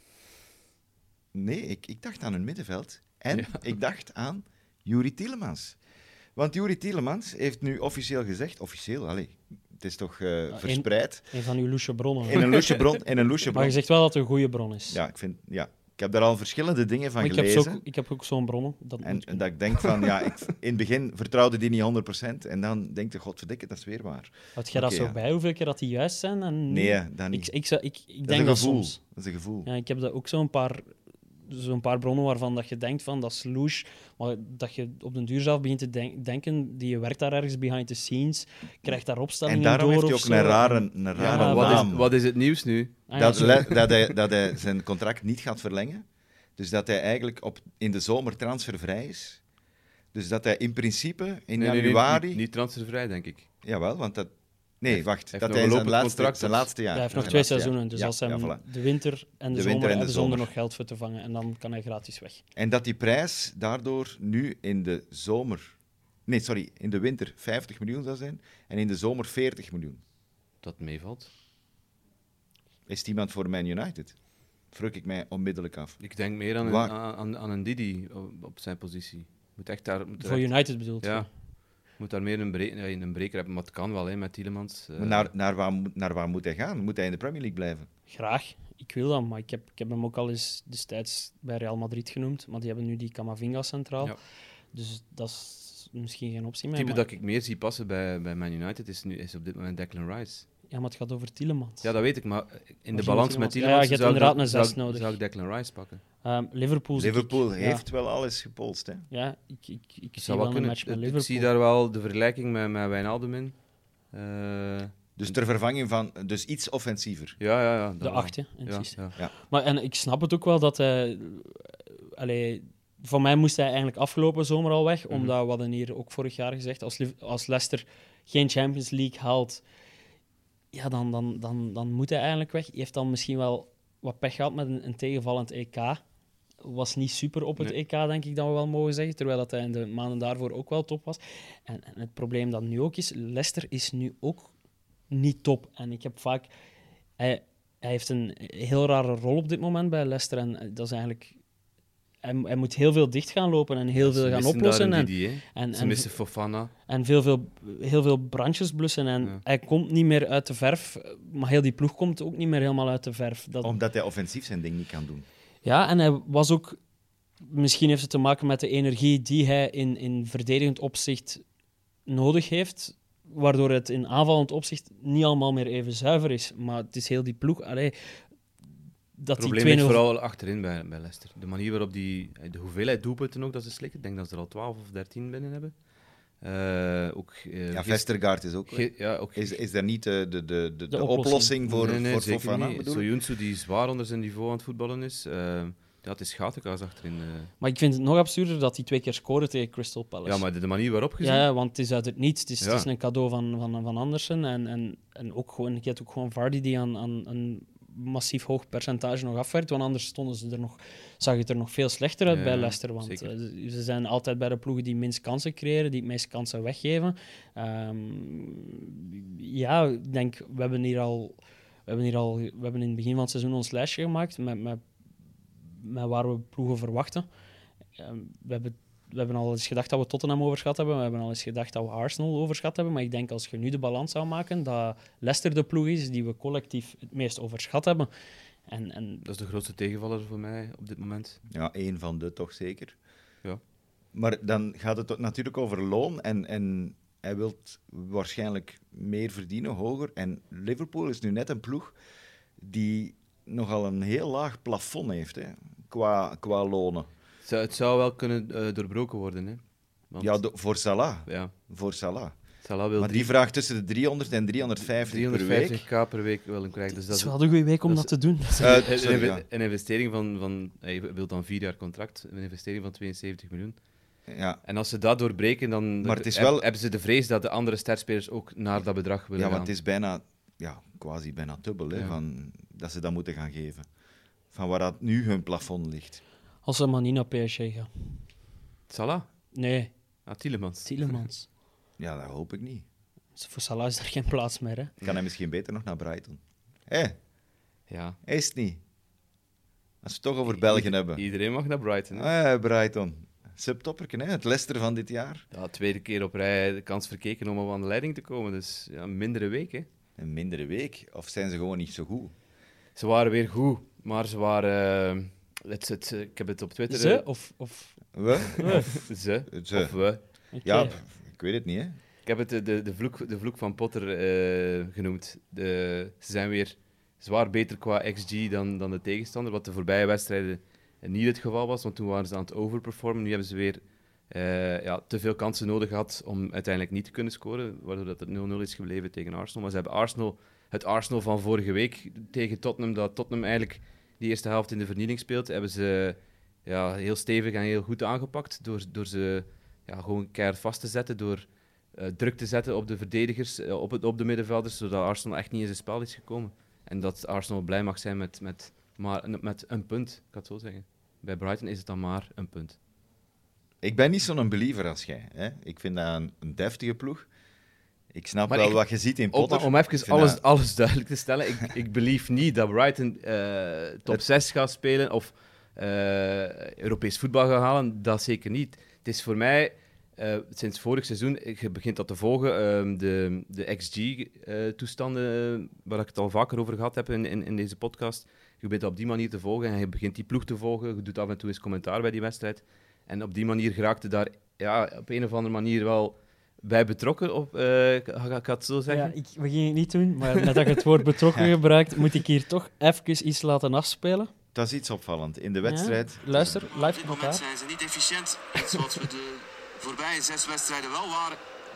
Nee, ik, ik dacht aan een middenveld. En Ja. ik dacht aan Juri Tielemans. Want Juri Tielemans heeft nu officieel gezegd... Officieel, allee, het is toch eh, een- verspreid. Een van uw loesje bronnen. In een loesje bron. In een loesje Maar bron. je zegt wel dat het een goede bron is. Ja, ik vind... Ja. Ik heb daar al verschillende dingen van maar ik heb, gelezen. zo, ook- ik heb ook zo'n bronnen. Dat En, moet- en dat ik denk van, ja, ik, in het begin vertrouwde die niet honderd procent. En dan denk je, godverdikke, dat is weer waar. Houd jij dat Oké, zo ja. bij, hoeveel keer dat die juist zijn? En Nee, hè, dat ik, niet. ik, zou- ik, ik dat is denk een dat gevoel. soms. Dat is een gevoel. Ja, ik heb dat ook zo'n paar, zo'n paar bronnen waarvan dat je denkt van dat is louche, maar dat je op den duur zelf begint te denk- denken, die werkt daar ergens behind the scenes, krijgt daar opstellingen En daarom door heeft hij of ook zo. een rare, een Ja, rare maar wat, naam. is, wat is het nieuws nu? Ah, ja, dat, zo. le- dat, hij, dat hij zijn contract niet gaat verlengen. Dus dat hij eigenlijk op, in de zomer transfervrij is. Dus dat hij in principe in Nee, nee, nee, januari... niet, niet transfervrij, denk ik. Jawel, want dat... Nee, wacht. heeft dat nog hij een zijn lopend laatste, contract, zijn dus- laatste jaar. Ja, hij heeft nog Zijn twee laatste seizoenen, dus jaar. als Ja, hem ja, voilà. de winter en de, De zomer winter en de hebben ze er zomer. nog geld voor te vangen. En dan kan hij gratis weg. En dat die prijs daardoor nu in de zomer... Nee, sorry, in de winter vijftig miljoen zou zijn en in de zomer veertig miljoen. Dat meevalt. Is het iemand voor Man United? Vruk ik mij onmiddellijk af. Ik denk meer aan een, Waar? aan, aan een Didi op, op zijn positie. Moet echt daar... Moet er Voor echt- United bedoeld. Ja. Moet daar meer een, bre- ja, een breker hebben, maar het kan wel, hè, met Tielemans. eh. Maar naar, naar, waar, moet- naar waar moet hij gaan? Moet hij in de Premier League blijven? Graag. Ik wil dat, maar ik heb, ik heb hem ook al eens destijds bij Real Madrid genoemd. Maar die hebben nu die Camavinga centraal. Ja. Dus dat is misschien geen optie Het meer. type Maar, dat ik meer zie passen bij, bij Man United is, nu, is op dit moment Declan Rice. ja, maar het gaat over Tielemans. Ja, dat weet ik, maar in de je balans moet met Tielemans- Tielemans Ja, je hebt zou, ik inderdaad dan- een zou, zes ik- nodig. zou ik Declan Rice pakken. Ehm, Liverpool, zie Liverpool ik, heeft wel alles gepolst. Hè? Ja, ja ik, ik, ik Dat zie zou wel wel een kunnen. match met Ik- Liverpool. Ik zie daar wel de vergelijking met, met Wijnaldum in. Eh, Dus ter vervanging van... Dus iets offensiever. ja, ja, ja. De dat wel. acht, hè, in het Ja, systeem. ja. Maar en ik snap het ook wel dat hij... Allee, voor mij moest hij eigenlijk afgelopen zomer al weg, Mhm. omdat we hadden hier ook vorig jaar gezegd, als, Liv- als Leicester geen Champions League haalt, ja, dan, dan, dan, dan moet hij eigenlijk weg. Hij heeft dan misschien wel wat pech gehad met een, een tegenvallend E K. Was niet super op het Nee. E K, denk ik dat we wel mogen zeggen, terwijl dat hij in de maanden daarvoor ook wel top was. En, en het probleem dat nu ook is, Leicester is nu ook niet top. En ik heb vaak... Hij, hij heeft een heel rare rol op dit moment bij Leicester. En dat is eigenlijk... Hij, hij moet heel veel dicht gaan lopen en heel Ze veel gaan missen oplossen. daar En, een Didi, hè. en, Ze en, missen Fofana. en veel, veel, heel veel brandjes blussen. En Ja. hij komt niet meer uit de verf. Maar heel die ploeg komt ook niet meer helemaal uit de verf. Dat, Omdat hij offensief zijn ding niet kan doen. ja, en hij was ook... Misschien heeft het te maken met de energie die hij in, in verdedigend opzicht nodig heeft, waardoor het in aanvallend opzicht niet allemaal meer even zuiver is. Maar het is heel die ploeg... Allee, dat Het die probleem twee ligt nul vooral achterin bij, bij Leicester. De manier waarop die... De hoeveelheid doelpunten ook dat ze slikken. Ik denk dat ze er al twaalf of dertien binnen hebben. Eh, ook, eh, Ja, gis- Vestergaard is ook... ge- ja, ook Is, is daar niet de, de, de, de, de oplossing. oplossing voor, nee, nee, voor zeker Fofana? niet. bedoel ik? Soyuncu, die zwaar onder zijn niveau aan het voetballen is. eh, ja, het is gatenkaas achterin. eh. Maar ik vind het nog absurder dat hij twee keer scoorde tegen Crystal Palace. Ja, maar de, de manier waarop gezien... Ja, want het is uit het niets. Het is, het Ja. is een cadeau van, van, van Andersen. En, en, en ook gewoon, je hebt ook gewoon Vardy die aan, aan een massief hoog percentage nog afwerkt. Want anders stonden ze er nog, zag het er nog veel slechter uit Ja, bij Leicester. Want zeker. eh, ze zijn altijd bij de ploegen die minst kansen creëren, die het meest kansen weggeven. Ehm, ja, ik denk, we hebben hier al... We hebben, hier al, we hebben in het begin van het seizoen ons lijstje gemaakt met, met, met waar we ploegen verwachten. Ehm, we hebben We hebben al eens gedacht dat we Tottenham overschat hebben. We hebben al eens gedacht dat we Arsenal overschat hebben. Maar ik denk als je nu de balans zou maken, dat Leicester de ploeg is die we collectief het meest overschat hebben. En, en Dat is de grootste tegenvaller voor mij op dit moment. Ja, één van de toch zeker. Ja. Maar dan gaat het ook natuurlijk over loon en, en hij wil waarschijnlijk meer verdienen, hoger. En Liverpool is nu net een ploeg die nogal een heel laag plafond heeft, hè, qua, qua lonen. Het zou, het zou wel kunnen eh, doorbroken worden. Hè? Want, Ja, do- voor Salah. ja, Voor Salah. Salah wil Maar die vraagt tussen de driehonderd en driehonderdvijftig per week. driehonderdvijftig k per week willen krijgen. Dus het dat is is wel de goede week om dat dat, is- te doen. Eh, een, sorry, een- ja. een investering van, van hij wil dan vier jaar contract, een investering van tweeënzeventig miljoen. Ja. En als ze dat doorbreken, dan Maar het is heb- wel- hebben ze de vrees dat de andere sterspelers ook naar dat bedrag willen Ja, gaan. want het is bijna, ja, quasi bijna dubbel, hè, Ja. van, dat ze dat moeten gaan geven. Van waar dat nu hun plafond ligt. Als ze maar niet naar P S G gaan. Salah? Nee, Ah, Tielemans. Tielemans. Ja, dat hoop ik niet. Voor Salah is er geen plaats meer. Hè. Kan hij misschien beter nog naar Brighton? Hé, Ja. is het niet? Als we het toch over België hebben. Iedereen mag naar Brighton. Hè? Ah, Brighton. Subtopperken, hè? Het Leicester van dit jaar. Ja, tweede keer op rij de kans verkeken om op aan de leiding te komen. Dus ja, een mindere week. Hè. Een mindere week. Of zijn ze gewoon niet zo goed? Ze waren weer goed, maar ze waren... eh, het, het, ik heb het op Twitter... Ze eh, of... of... We? Of ze. Ze. Of we. Oké. Ja, pff, ik weet het niet, hè? Ik heb het de, de, de, vloek, de vloek van Potter eh, genoemd. De, ze zijn weer zwaar beter qua X G dan, dan de tegenstander, wat de voorbije wedstrijden niet het geval was, want toen waren ze aan het overperformen. Nu hebben ze weer eh, ja, te veel kansen nodig gehad om uiteindelijk niet te kunnen scoren, waardoor dat het nul nul is gebleven tegen Arsenal. Maar ze hebben Arsenal, het Arsenal van vorige week tegen Tottenham, dat Tottenham eigenlijk die eerste helft in de vernieling speelt, hebben ze ja, heel stevig en heel goed aangepakt door, door ze... ja, gewoon keihard vast te zetten door uh, druk te zetten op de verdedigers, uh, op, het, op de middenvelders, zodat Arsenal echt niet in zijn spel is gekomen. En dat Arsenal blij mag zijn met, met, maar, met een punt, ik kan het zo zeggen. Bij Brighton is het dan maar een punt. Ik ben niet zo'n believer als jij. Hè? Ik vind dat een, een deftige ploeg. Ik snap maar wel ik, wat je ziet in Om, Potter. om even alles, dat... alles duidelijk te stellen, ik, ik belief niet dat Brighton uh, top het... zes gaat spelen of uh, Europees voetbal gaat halen. Dat zeker niet. Het is voor mij, uh, sinds vorig seizoen, je begint dat te volgen, uh, de, de X G-toestanden, uh, waar ik het al vaker over gehad heb in, in, in deze podcast. Je begint dat op die manier te volgen en je begint die ploeg te volgen. Je doet af en toe eens commentaar bij die wedstrijd. En op die manier geraakte daar ja, op een of andere manier wel bij betrokken, op, uh, ga ik het zo zeggen? Ja, ik, we gingen het niet doen, maar nadat je het woord betrokken ja. gebruikt, moet ik hier toch even iets laten afspelen. Dat is iets opvallend. In de wedstrijd... Ja, luister, live Op dit moment zijn ze niet efficiënt, zoals we de voorbije zes wedstrijden wel waren.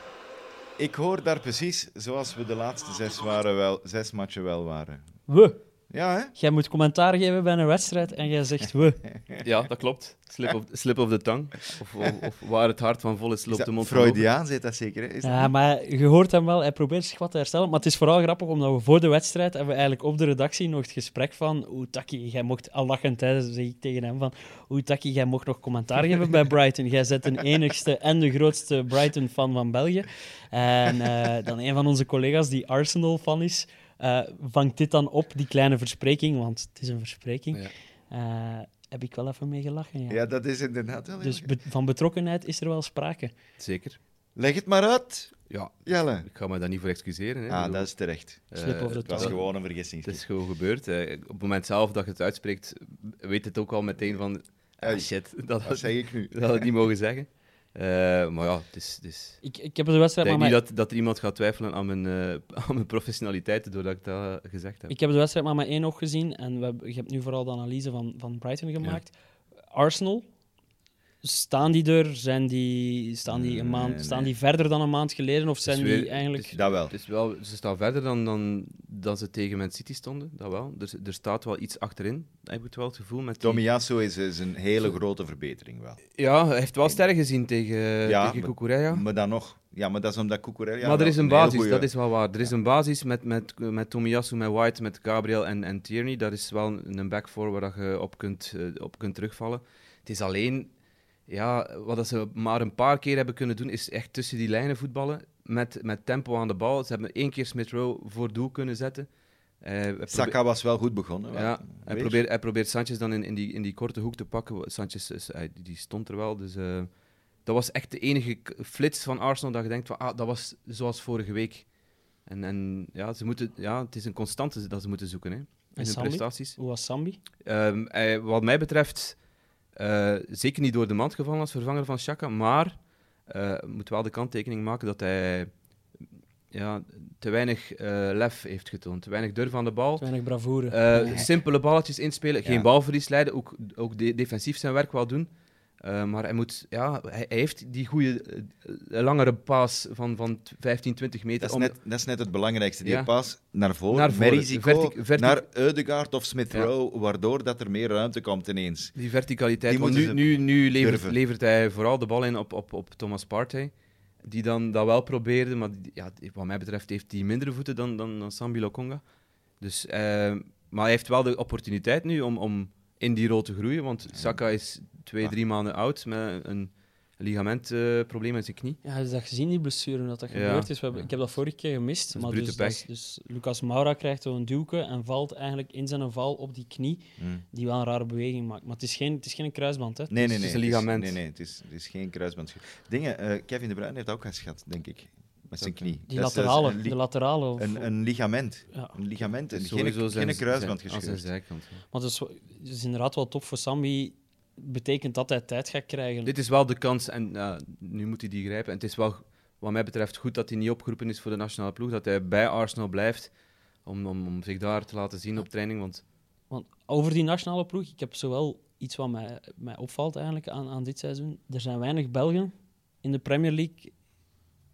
Ik hoor daar precies, zoals we de laatste zes, waren wel, zes matchen wel waren. We. Ja, hè? Jij moet commentaar geven bij een wedstrijd en jij zegt we. Ja, dat klopt. Slip of, slip of the tongue. Of, of, of waar het hart van vol is, loopt de mond van Freudiaan zit dat zeker, hè? Is ja, dat maar je hoort hem wel. Hij probeert zich wat te herstellen. Maar het is vooral grappig, omdat we voor de wedstrijd hebben we eigenlijk op de redactie nog het gesprek van oeh, Taki, jij mocht al lachend tijdens, zeg ik tegen hem van oeh, Taki, jij mocht nog commentaar geven bij Brighton. Jij bent de enigste en de grootste Brighton-fan van België. En uh, dan een van onze collega's die Arsenal-fan is, Uh, vangt dit dan op, die kleine verspreking, want het is een verspreking, ja. uh, heb ik wel even mee gelachen. Ja, ja dat is inderdaad wel. Dus be- van betrokkenheid is er wel sprake. Zeker. Leg het maar uit, ja. Jelle. Ik ga me daar niet voor excuseren. Hè. Ah, dat is terecht. Uh, Slip of the het was tongue. gewoon een vergissing. Het is gewoon gebeurd. Uh, op het moment zelf dat je het uitspreekt, weet het ook al meteen van ah, shit, dat, wat zeg ik nu? Dat had ik niet mogen zeggen. Uh, maar ja, het is... Het is... Ik, ik heb de wedstrijd Ik denk maar niet met... dat, dat er iemand gaat twijfelen aan mijn, uh, aan mijn professionaliteit doordat ik dat gezegd heb. Ik heb de wedstrijd maar met één oog gezien en we hebben, je hebt nu vooral de analyse van, van Brighton gemaakt. Ja. Arsenal, staan die er? Zijn die, staan die, een maand, nee, staan nee. die verder dan een maand geleden? Of zijn weer, die eigenlijk... Het is, dat wel. Het is wel. Ze staan verder dan, dan, dan ze tegen Man City stonden, dat wel. Er, er staat wel iets achterin, heb ik wel het gevoel. Met die... Tomiyasu is, is een hele grote verbetering wel. Ja, hij heeft wel sterk gezien tegen, ja, tegen Cucurella. Maar dan nog. Ja, maar dat is omdat Cucurella... Maar er is een een basis, goeie... dat is wel waar. Er is een basis met, met, met Tomiyasu, met White, met Gabriel en, en Tierney. Dat is wel een back four waar je op kunt, uh, op kunt terugvallen. Het is alleen... Ja, wat ze maar een paar keer hebben kunnen doen, is echt tussen die lijnen voetballen. Met, met tempo aan de bal. Ze hebben één keer Smith Rowe voor doel kunnen zetten. Uh, Saka probeer... was wel goed begonnen. Ja, hij probeert, hij probeert Sanchez dan in, in, die, in die korte hoek te pakken. Sanchez is, hij, die stond er wel. Dus uh, dat was echt de enige flits van Arsenal dat je denkt van, ah, dat was zoals vorige week. En, en ja, ze moeten, ja, het is een constante dat ze moeten zoeken hè, in hun Sambi? prestaties. Hoe was Sambi? Um, hij, wat mij betreft... Uh, zeker niet door de mand gevallen als vervanger van Xhaka, maar uh, moet wel de kanttekening maken dat hij ja, te weinig uh, lef heeft getoond, te weinig durf aan de bal. Te weinig bravoure. Uh, nee. Simpele balletjes inspelen, ja. geen balverlies leiden, ook, ook de, defensief zijn werk wel doen. Uh, maar hij, moet, ja, hij, hij heeft die goede uh, langere paas van, van vijftien, twintig meter. Dat is, om... net, dat is net het belangrijkste. Die ja. paas naar voren, naar voren. met risico, Vertic- vertic- naar Ødegaard of Smith Rowe, ja. waardoor dat er meer ruimte komt ineens. Die verticaliteit. Die Want nu, nu, nu levert, levert hij vooral de bal in op, op, op Thomas Partey, die dan dat wel probeerde, maar die, ja, wat mij betreft heeft hij mindere voeten dan, dan, dan Sambi Lokonga. Dus, uh, maar hij heeft wel de opportuniteit nu om... om in die rol te groeien, want Saka is twee, drie maanden oud met een ligamentprobleem uh, in zijn knie. Ja, is dat gezien, die blessure, dat dat ja. gebeurd is? We hebben, ja. Ik heb dat vorige keer gemist. Dat is maar brute dus, pech. dat is, dus Lucas Moura krijgt zo'n duwke en valt eigenlijk in zijn val op die knie, Hmm. die wel een rare beweging maakt. Maar het is geen, het is geen kruisband, hè? Nee, nee, nee. Het is een ligament. Nee, nee, het is, het is geen kruisband. Dingen, uh, Kevin De Bruyne heeft ook geschat, denk ik. Met zijn knie. Die dat laterale. Is, uh, li- de laterale of, een, een ligament. Ja. Een ligament. En Sowieso geen, zijn- geen kruisband zijn- aan gescheurd. zijn zijkant, ja. Maar het is, het is inderdaad wel tof voor Sambi. Betekent dat hij tijd gaat krijgen. Dit is wel de kans, en uh, nu moet hij die grijpen. En het is wel, wat mij betreft, goed dat hij niet opgeroepen is voor de nationale ploeg, dat hij bij Arsenal blijft, om, om, om zich daar te laten zien op training. Want Want over die nationale ploeg, ik heb zowel iets wat mij, mij opvalt eigenlijk aan, aan dit seizoen. Er zijn weinig Belgen in de Premier League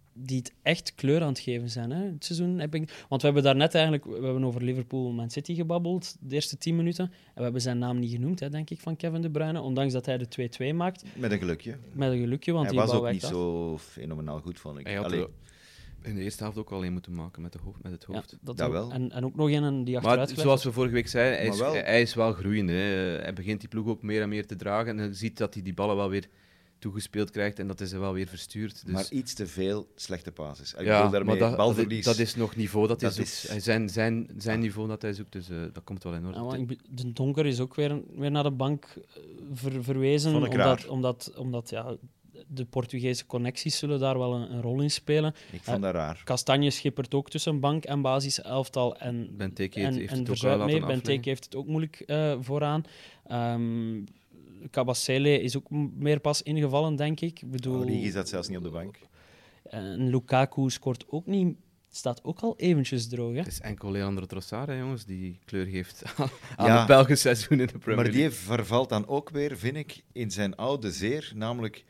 die het echt kleur aan het geven zijn. Hè, het seizoen, heb ik... Want we hebben daarnet eigenlijk we hebben over Liverpool-Man City gebabbeld, de eerste tien minuten. En we hebben zijn naam niet genoemd, hè, denk ik, van Kevin De Bruyne. Ondanks dat hij de twee-twee maakt. Met een gelukje. Met een gelukje, want Hij die was bal ook wijkt niet af. zo fenomenaal goed, vond ik. Hij had Allee, er in de eerste helft ook al een moeten maken met, de hoofd, met het Ja, hoofd. dat Dat ook. wel. En, en ook nog een die achteruit Maar gelegd zoals was. we vorige week zeiden, hij Maar is, wel- hij is wel groeiende. Hè. Hij begint die ploeg ook meer en meer te dragen. En je ziet dat hij die ballen wel weer toegespeeld krijgt en dat hij ze wel weer verstuurt. Dus, Maar iets te veel slechte passes. Ik ja, bedoel daarmee maar dat, balverlies. dat is nog niveau dat, Dat hij is- zoekt. Hij Zijn, zijn, zijn niveau dat hij zoekt, dus eh, dat komt wel in orde. Ja, maar ik be- de Donker is ook weer, weer naar de bank eh, ver- verwezen. Vond ik Omdat, raar. omdat, omdat ja, de Portugese connecties zullen daar wel een, een rol in spelen. Ik vond dat raar. Kastanje schippert ook tussen bank en basiselftal. En, Benteke en, heeft en het ook Verzuid wel mee. laten Benteke afleggen. heeft het ook moeilijk eh, vooraan. Ehm Kabasele is ook m- meer pas ingevallen, denk ik. Ik bedoel, Origi zat zelfs niet op de bank. en Lukaku scoort ook niet. Staat ook al eventjes droog. Hè? Het is enkel Leandro Trossard, hè, jongens, die kleur geeft aan Ja, het Belgische seizoen in de Premier Maar League. die vervalt dan ook weer, vind ik, in zijn oude zeer. Namelijk,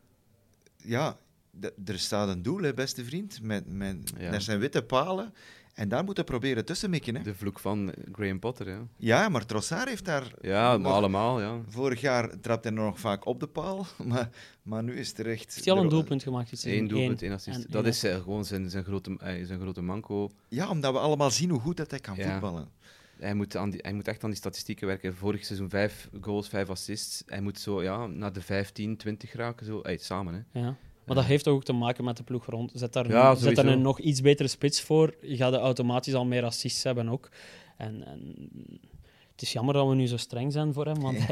ja, d- er staat een doel, hè, beste vriend. Met, met, Ja. Er zijn witte palen. En daar moeten we proberen tussen mikken. Hè. De vloek van Graham Potter, ja. Ja, maar Trossard heeft daar... Ja, maar nog- allemaal, ja. Vorig jaar trapte hij nog vaak op de paal. Maar, maar nu is het er echt... Heeft hij al een er- doelpunt gemaakt? dit seizoen? Eén doelpunt, Eén. één assist. En Dat één is eh, gewoon zijn, zijn, grote, eh, zijn grote manco. Ja, omdat we allemaal zien hoe goed dat hij kan Ja. voetballen. Hij moet, aan die, hij moet echt aan die statistieken werken. Vorig seizoen vijf goals, vijf assists. Hij moet zo ja, naar de vijftien, twintig raken. Zo. Ey, samen, hè. Ja. Maar dat heeft ook te maken met de ploeg rond. Zet daar, Ja, een, zet daar sowieso. een nog iets betere spits voor. Je gaat er automatisch al meer assists hebben ook. En, en het is jammer dat we nu zo streng zijn voor hem, want,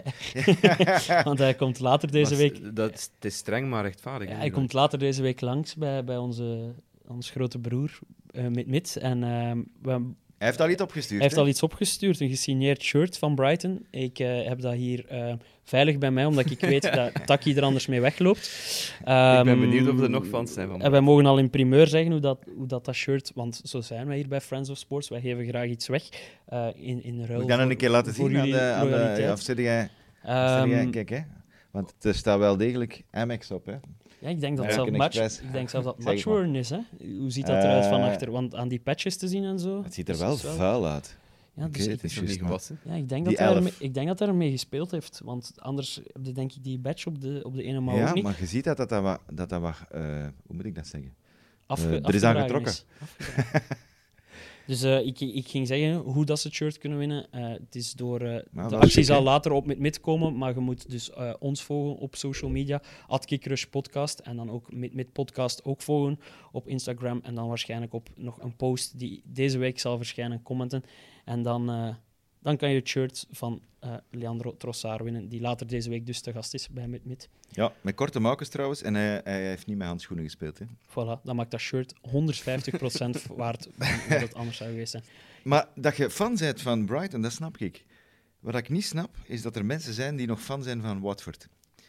hij, want hij komt later deze Maar week. s- Dat, is- het is streng, maar rechtvaardig. Ja, hè. hij komt later deze week langs bij, bij onze, ons grote broer, uh, Mit Mit. En uh, we, Hij heeft al iets opgestuurd. hij heeft hè? al iets opgestuurd, een gesigneerd shirt van Brighton. Ik uh, heb dat hier uh, veilig bij mij, omdat ik weet dat Taki er anders mee wegloopt. Ik ben Um, benieuwd of er nog fans zijn van En wij mogen al in primeur zeggen hoe dat, hoe dat, dat shirt... Want zo zijn wij hier bij Friends of Sports. Wij geven graag iets weg uh, in, in ruil We gaan het voor- een keer laten voor zien aan jullie de... Aan de loyaliteit. ja, of zit jij... Ehm, Zeg jij, kijk, hè. Want er staat wel degelijk Amex op, hè. ja, ik denk dat Ja, zelf een match, express. ik denk zelf dat Zeg het matchworn is. Hè? Hoe ziet dat eruit van Eh, achter? Want aan die patches te zien en zo... Het ziet er is wel het vuil uit. Ja, Oké, dus ik, het is Is nog niet juist, maar- gewassen. ja, ik, denk Die dat hij elf. ermee, ik denk dat hij ermee gespeeld heeft. Want anders heb je denk ik die badge op de, op de ene mouw ook Ja, niet. maar je ziet dat dat, dat, wat- dat, dat wat... eh, hoe moet ik dat zeggen? Afge- eh, er is aan afgedragen getrokken. is. Afgedragen. Dus eh, ik, ik ging zeggen hoe dat ze het shirt kunnen winnen. Eh, het is door... eh, Maar de wel actie chic, zal hè? later op met mid komen, maar je moet dus eh, ons volgen op social media. at Kickrush Podcast. En dan ook met mid Podcast ook volgen op Instagram. En dan waarschijnlijk op nog een post die deze week zal verschijnen, commenten. En dan, eh, dan kan je het shirt van eh, Leandro Trossard winnen, die later deze week dus te gast is bij Mid Mid. Ja, met korte mouwtjes trouwens. En hij, hij heeft niet met handschoenen gespeeld, hè. Voilà, dan maakt dat shirt honderdvijftig procent waard van wat het anders zou geweest zijn. Maar dat je fan bent van Brighton, dat snap ik. Wat ik niet snap, is dat er mensen zijn die nog fan zijn van Watford.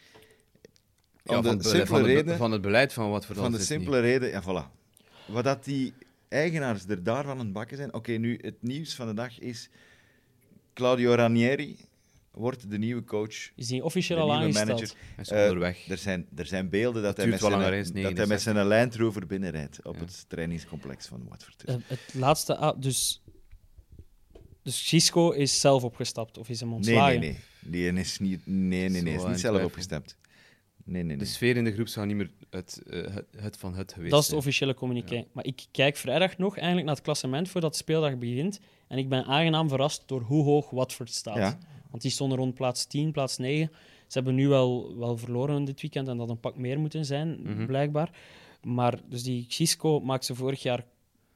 Om Ja, de van, het beleid- simpele van, het, reden... van het beleid van wat voor Van de simpele reden, ja, voilà. Wat dat die eigenaars er daarvan aan het bakken zijn. Oké, nu, het nieuws van de dag is... Claudio Ranieri wordt de nieuwe coach, Is die officieel de al nieuwe aangesteld? manager. Hij is Eh, onderweg. Er zijn, er zijn beelden dat, hij duurt met, wel langer, zijn, hij is dat hij met negenenzestig. zijn Land Rover binnenrijdt op Ja. het trainingscomplex van Watford. Eh, het laatste... ah, dus... Dus Gisco is zelf opgestapt, of is hem nee, ontslagen? nee, nee. Die is niet, nee, nee, nee, Zo is in niet zelf twijfel. opgestapt. Nee, nee, De nee. sfeer in de groep zou niet meer het, eh, het, het van het geweest Dat is de zijn. officiële communiqué. Ja. Maar ik kijk vrijdag nog eigenlijk naar het klassement voordat de speeldag begint. En ik ben aangenaam verrast door hoe hoog Watford staat. Ja. Want die stonden rond plaats tien, plaats negen. Ze hebben nu wel, wel verloren dit weekend en dat een pak meer moeten zijn, Mhm. blijkbaar. Maar dus die Gisco maakt ze vorig jaar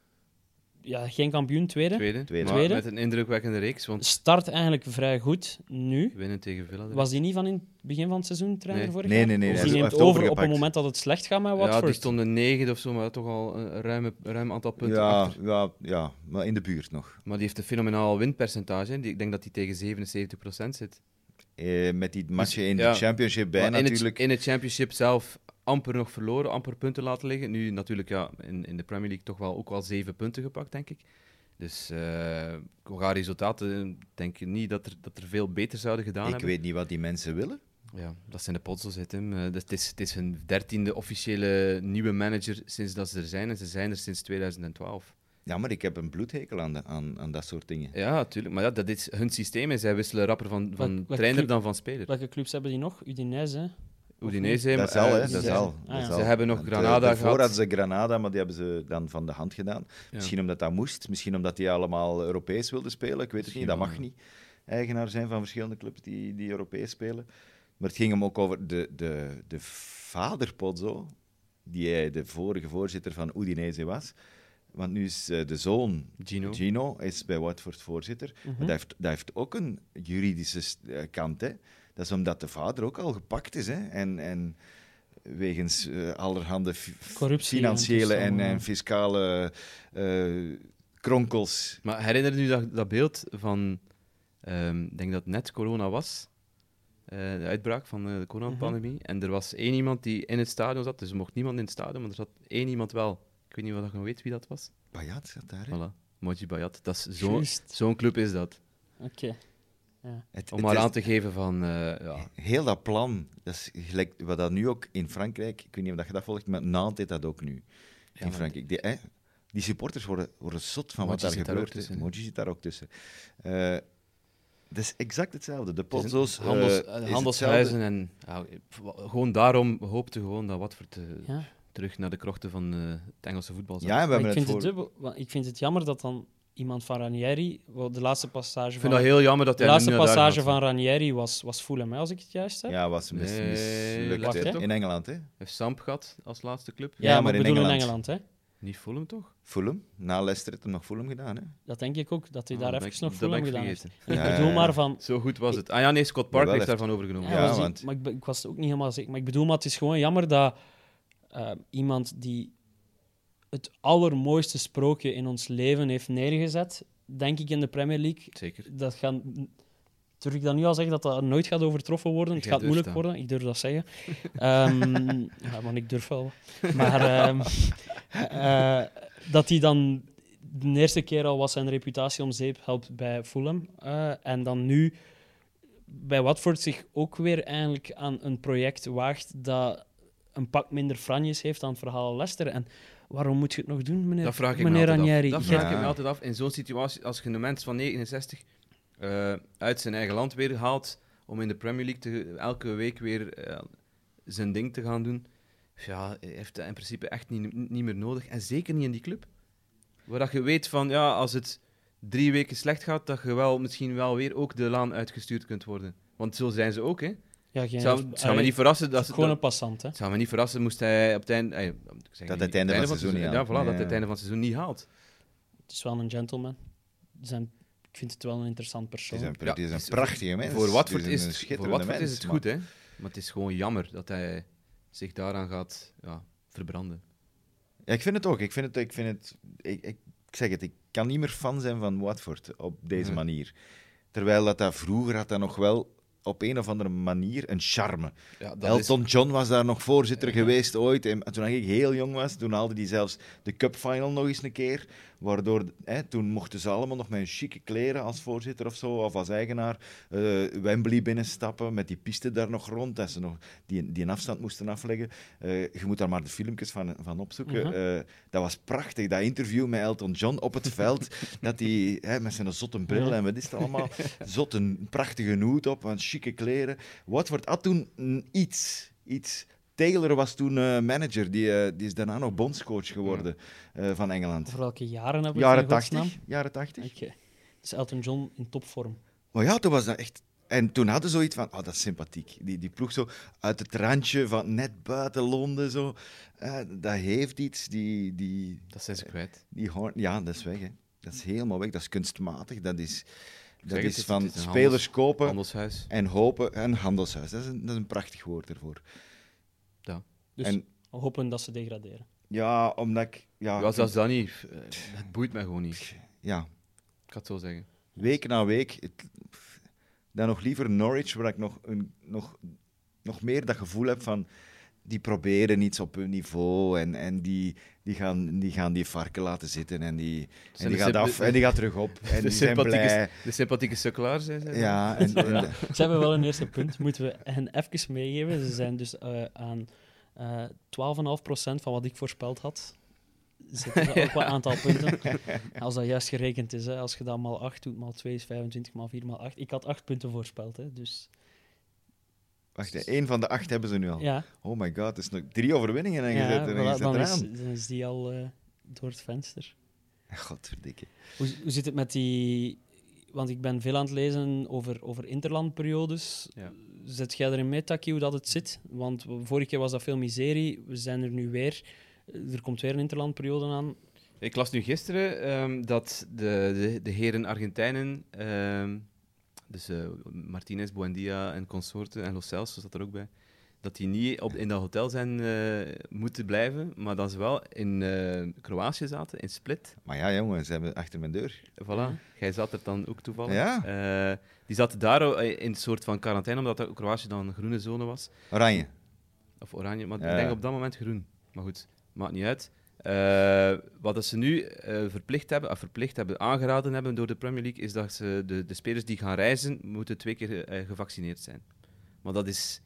ja, geen kampioen, tweede. Tweede, Tweede. maar Tweede. met een indrukwekkende reeks, want Start eigenlijk vrij goed nu. winnen tegen Villa. direct. Was die niet van in het begin van het seizoen trainer Nee. vorig Nee, jaar? nee, nee, Of hij die heeft neemt over op overgepakt. het moment dat het slecht gaat met Watford? Ja, die stonden negen of zo, maar toch al een ruime, ruim aantal punten Ja, achter. ja, ja, maar in de buurt nog. Maar die heeft een fenomenaal winpercentage. Die, ik denk dat hij tegen zevenenzeventig procent zit. Eh, met die matchen in ja. de Championship bij Maar in, natuurlijk. het, in het championship zelf amper nog verloren, amper punten laten liggen. Nu natuurlijk ja, in, in de Premier League toch wel ook wel zeven punten gepakt, denk ik. Dus uh, qua resultaten denk ik niet dat er, dat er veel beter zouden gedaan Ik hebben. weet niet wat die mensen willen. Ja, dat zijn de Pozzos, hè, Tim. Uh, dus het, is, het is hun dertiende officiële nieuwe manager sinds dat ze er zijn. En ze zijn er sinds tweeduizend twaalf. Ja, maar ik heb een bloedhekel aan, de, aan, aan dat soort dingen. Ja, natuurlijk. Maar ja, dat is hun systeem. Is. Zij wisselen rapper van, van Welk- welke trainer club- dan van speler. Welke clubs hebben die nog? Udinese, hè? Udinese... Dat is al, hè? eh, Dat is ze- al. Ah, Dat is ja. al. Ze hebben nog Want, Granada uh, daarvoor gehad. hadden ze Granada, maar die hebben ze dan van de hand gedaan. Ja. Misschien omdat dat moest, misschien omdat die allemaal Europees wilden spelen. Ik weet het niet, dat mag wel. niet. Eigenaar zijn van verschillende clubs die, die Europees spelen. Maar het ging hem ook over de, de, de vader Pozzo, die hij de vorige voorzitter van Udinese was. Want nu is uh, de zoon, Gino. Gino, is bij Watford voorzitter. Mhm. Maar dat heeft, dat heeft ook een juridische uh, kant. Hè. Dat is omdat de vader ook al gepakt is. Hè. En, en wegens uh, allerhande fi- Corruptie financiële en en, toestanden, en ja. fiscale uh, kronkels. Maar herinner je dat, dat beeld van... ehm, Ik denk dat het net corona was. eh, de uitbraak van eh, de coronapandemie. En er was één iemand die in het stadion zat. Dus er mocht niemand in het stadion, maar er zat één iemand wel. Ik weet niet of je nog weet wie dat was. Bayat zat daar. Hè. Voilà. Moji Bayat. Dat is zo, Juist. zo'n club is dat. Oké. Het, Om het maar is- aan te geven van... eh, ja. Heel dat plan, dat is gelijk wat dat nu ook in Frankrijk, ik weet niet of dat je dat volgt, maar Nantes deed dat ook nu. Ja, in maar- Frankrijk. Die, hè, die supporters worden, worden zot van Moji wat daar zit daar ook gebeurt. hè. tussen, hè. Moji zit daar ook tussen. Eh, dat is exact hetzelfde. De Het is een Pozzo's... eh, handels, is eh, hetzelfde. handelshuizen en... Ja, gewoon daarom hoopte gewoon dat Watford eh, Ja. terug naar de krochten van eh, het Engelse voetbal zat. Ja, en we Maar hebben ik, het vind voor... het dubbel, want ik vind het jammer dat dan iemand van Ranieri, wel, de laatste passage Ik vind van, dat heel jammer dat de hij laatste nu naar daar passage gaat. van Ranieri was, was Fulham, hè, als ik het juist heb. Ja, was mis, Nee, mislukt, wacht, hè. hè. In Engeland, hè. Hij heeft Samp gehad als laatste club. Ja, Ja, maar, maar ik in bedoel Engeland. in Engeland, hè. Niet Fulham, toch? Fulham. Na Leicester heeft hij nog Fulham gedaan, hè. Dat denk ik ook, dat hij Ah, daar dat ben even ik- nog dat ben Fulham ik gedaan heeft. vergeten. En ik Ja, bedoel ja, maar ja. van... Zo goed was het. Ah ja, nee, Scott Parker Jawel, heeft heeft- daarvan overgenomen. Ja, Ja, was die- want- maar ik, ben- ik was het ook niet helemaal zeker. Maar ik bedoel, maar het is gewoon jammer dat eh, iemand die het allermooiste sprookje in ons leven heeft neergezet, denk ik in de Premier League, Zeker. dat gaan... Durf ik dan nu al zeggen dat dat nooit gaat overtroffen worden? Het Jij gaat durft moeilijk dat. worden, ik durf dat zeggen. Ehm, ja, maar ik durf wel. Maar ehm, eh, dat hij dan de eerste keer al was zijn reputatie om zeep helpt bij Fulham. eh, en dan nu bij Watford zich ook weer eigenlijk aan een project waagt dat een pak minder franjes heeft dan het verhaal Leicester. En waarom moet je het nog doen, meneer, Dat vraag ik me meneer altijd Ranieri? af. Dat Ja. vraag ik Ja. me altijd af. In zo'n situatie, als je een mens van negenenzestig eh, uit zijn eigen land weer haalt om in de Premier League te, elke week weer eh, zijn ding te gaan doen, ja, hij heeft dat in principe echt niet, niet meer nodig. En zeker niet in die club. Waar dat je weet van, ja, als het drie weken slecht gaat, dat je wel misschien wel weer ook de laan uitgestuurd kunt worden. Want zo zijn ze ook, hè. Ja, Het geen, zou, het zou me niet verrassen dat ze... gewoon een dat- passant, hè? Het zou me niet verrassen moest hij op het einde... eh, ik zeg Dat niet, hij het einde van het het seizoen niet Ja, haalt. voilà, dat hij Ja. het einde van het seizoen niet haalt. Het is wel een gentleman. Zijn, ik vind het wel een interessant Het persoon. is een, Ja, het is een dus prachtige mens. Voor Watford, Het is, een het, voor schitterende Watford mens, is het maar- goed, hè. Maar het is gewoon jammer dat hij zich daaraan gaat ja, verbranden. Ja, ik vind het ook. Ik, vind het, ik, vind het, ik, ik, ik zeg het, ik kan niet meer fan zijn van Watford op deze Nee. manier. Terwijl dat, dat vroeger had dat nog wel op een of andere manier een charme. Ja, dat Elton John was daar nog voorzitter geweest ooit. En toen ik heel jong was, toen haalde hij zelfs de Cup Final nog eens een keer. Waardoor, hè, toen mochten ze allemaal nog met hun chique kleren als voorzitter of zo, of als eigenaar, eh, Wembley binnenstappen, met die piste daar nog rond, dat ze nog die, die een afstand moesten afleggen. Eh, je moet daar maar de filmpjes van, van opzoeken. Mhm. Eh, dat was prachtig, dat interview met Elton John op het veld, dat hij hè, met zijn zotte bril en wat is het allemaal, zot een prachtige hoed op, en chique kleren. Watford had toen mm, iets, iets. Taylor was toen eh, manager, die, eh, die is daarna nog bondscoach geworden eh, van Engeland. Over welke jaren hebben we Jaren het in godsnaam? tachtig, jaren tachtig. Oké. Dus Elton John in topvorm. Maar ja, toen was dat echt... En toen hadden ze zoiets van, oh, dat is sympathiek. Die, die ploeg zo uit het randje van net buiten Londen, zo. Eh, dat heeft iets, die... die, Dat zijn ze kwijt. die hoorn- ja, dat is weg, hè. Dat is helemaal weg. Dat is kunstmatig. Dat is, dat zeg het, is het- van het is een spelers handels- kopen Handelshuis. en hopen. Een handelshuis. Dat is een, dat is een prachtig woord ervoor. Dus En hopen dat ze degraderen. ja, omdat ik... Ja, Ja, zelfs dat niet. Eh, Het boeit mij gewoon niet. ja, Ik ga het zo zeggen. week na week. Het, dan nog liever Norwich, waar ik nog, een, nog, nog meer dat gevoel heb van... die proberen iets op hun niveau en, en die, die, gaan, die gaan die varken laten zitten en die, en die de gaat symp- af en die gaat terug op. En De die zijn sympathieke, blij. de sympathieke sukkelaars zijn ze. Ja, en, en, Ze hebben wel een eerste punt, moeten we hen even meegeven. Ze zijn dus uh, aan uh, twaalf komma vijf procent van wat ik voorspeld had. Zitten ze ook wat aantal punten. Als dat juist gerekend is, hè. Als je dat maal acht doet, maal twee is vijfentwintig, maal vier, maal acht. Ik had acht punten voorspeld, hè. Dus... Wacht, hè, één van de acht hebben ze nu al. Ja, Oh my god, er is nog drie overwinningen en je ja zet er, en je voilà, zet dan, is, eraan. dan is die al uh, door het venster. Godverdikke. Hoe, hoe zit het met die... Want ik ben veel aan het lezen over, over interlandperiodes. Ja. Zet jij erin mee, Taki, hoe dat het zit? Want vorige keer was dat veel miserie. We zijn er nu weer. Er komt weer een interlandperiode aan. Ik las nu gisteren um, dat de, de, de heren Argentijnen, um, dus uh, Martinez, Buendia en consorten, en Lo Celso zat er ook bij, dat die niet op, in dat hotel zijn uh, moeten blijven, maar dat ze wel in uh, Kroatië zaten, in Split. Maar ja, jongen, ze hebben achter mijn deur. Voilà, ja. Jij zat er dan ook toevallig. Ja. Uh, die zaten daar in een soort van quarantaine, omdat dat Kroatië dan een groene zone was. Oranje. Of oranje, maar ja. ik denk op dat moment groen. Maar goed, maakt niet uit. Uh, wat ze nu uh, verplicht hebben, of verplicht hebben, aangeraden hebben door de Premier League, is dat ze de, de spelers die gaan reizen, moeten twee keer uh, gevaccineerd zijn. Maar dat is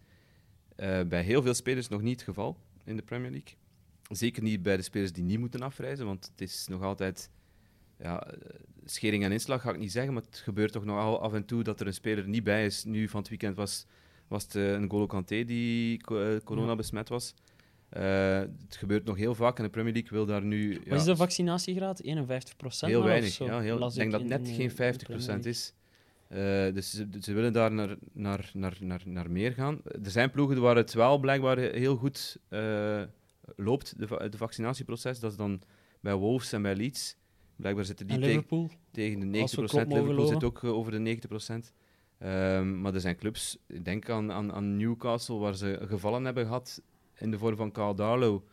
uh, bij heel veel spelers nog niet het geval in de Premier League. Zeker niet bij de spelers die niet moeten afreizen, want het is nog altijd... Ja, schering en inslag ga ik niet zeggen, maar het gebeurt toch nog af en toe dat er een speler niet bij is. Nu van het weekend was, was het uh, een N'Golo Kanté die uh, corona ja. besmet was. Uh, het gebeurt nog heel vaak en de Premier League wil daar nu... Wat ja, is de vaccinatiegraad? eenenvijftig procent? Heel weinig. Zo, ja, heel, ik denk dat het net geen vijftig procent is. Uh, dus ze, ze willen daar naar, naar, naar, naar, naar meer gaan. Er zijn ploegen waar het wel blijkbaar heel goed uh, loopt, de, va- de vaccinatieproces. Dat is dan bij Wolves en bij Leeds. Blijkbaar zitten die en Liverpool? Tegen, tegen de negentig procent. Liverpool lopen. zit ook uh, over de negentig procent. Um, maar er zijn clubs, ik denk aan, aan, aan Newcastle, waar ze gevallen hebben gehad in de vorm van Carl Darlow,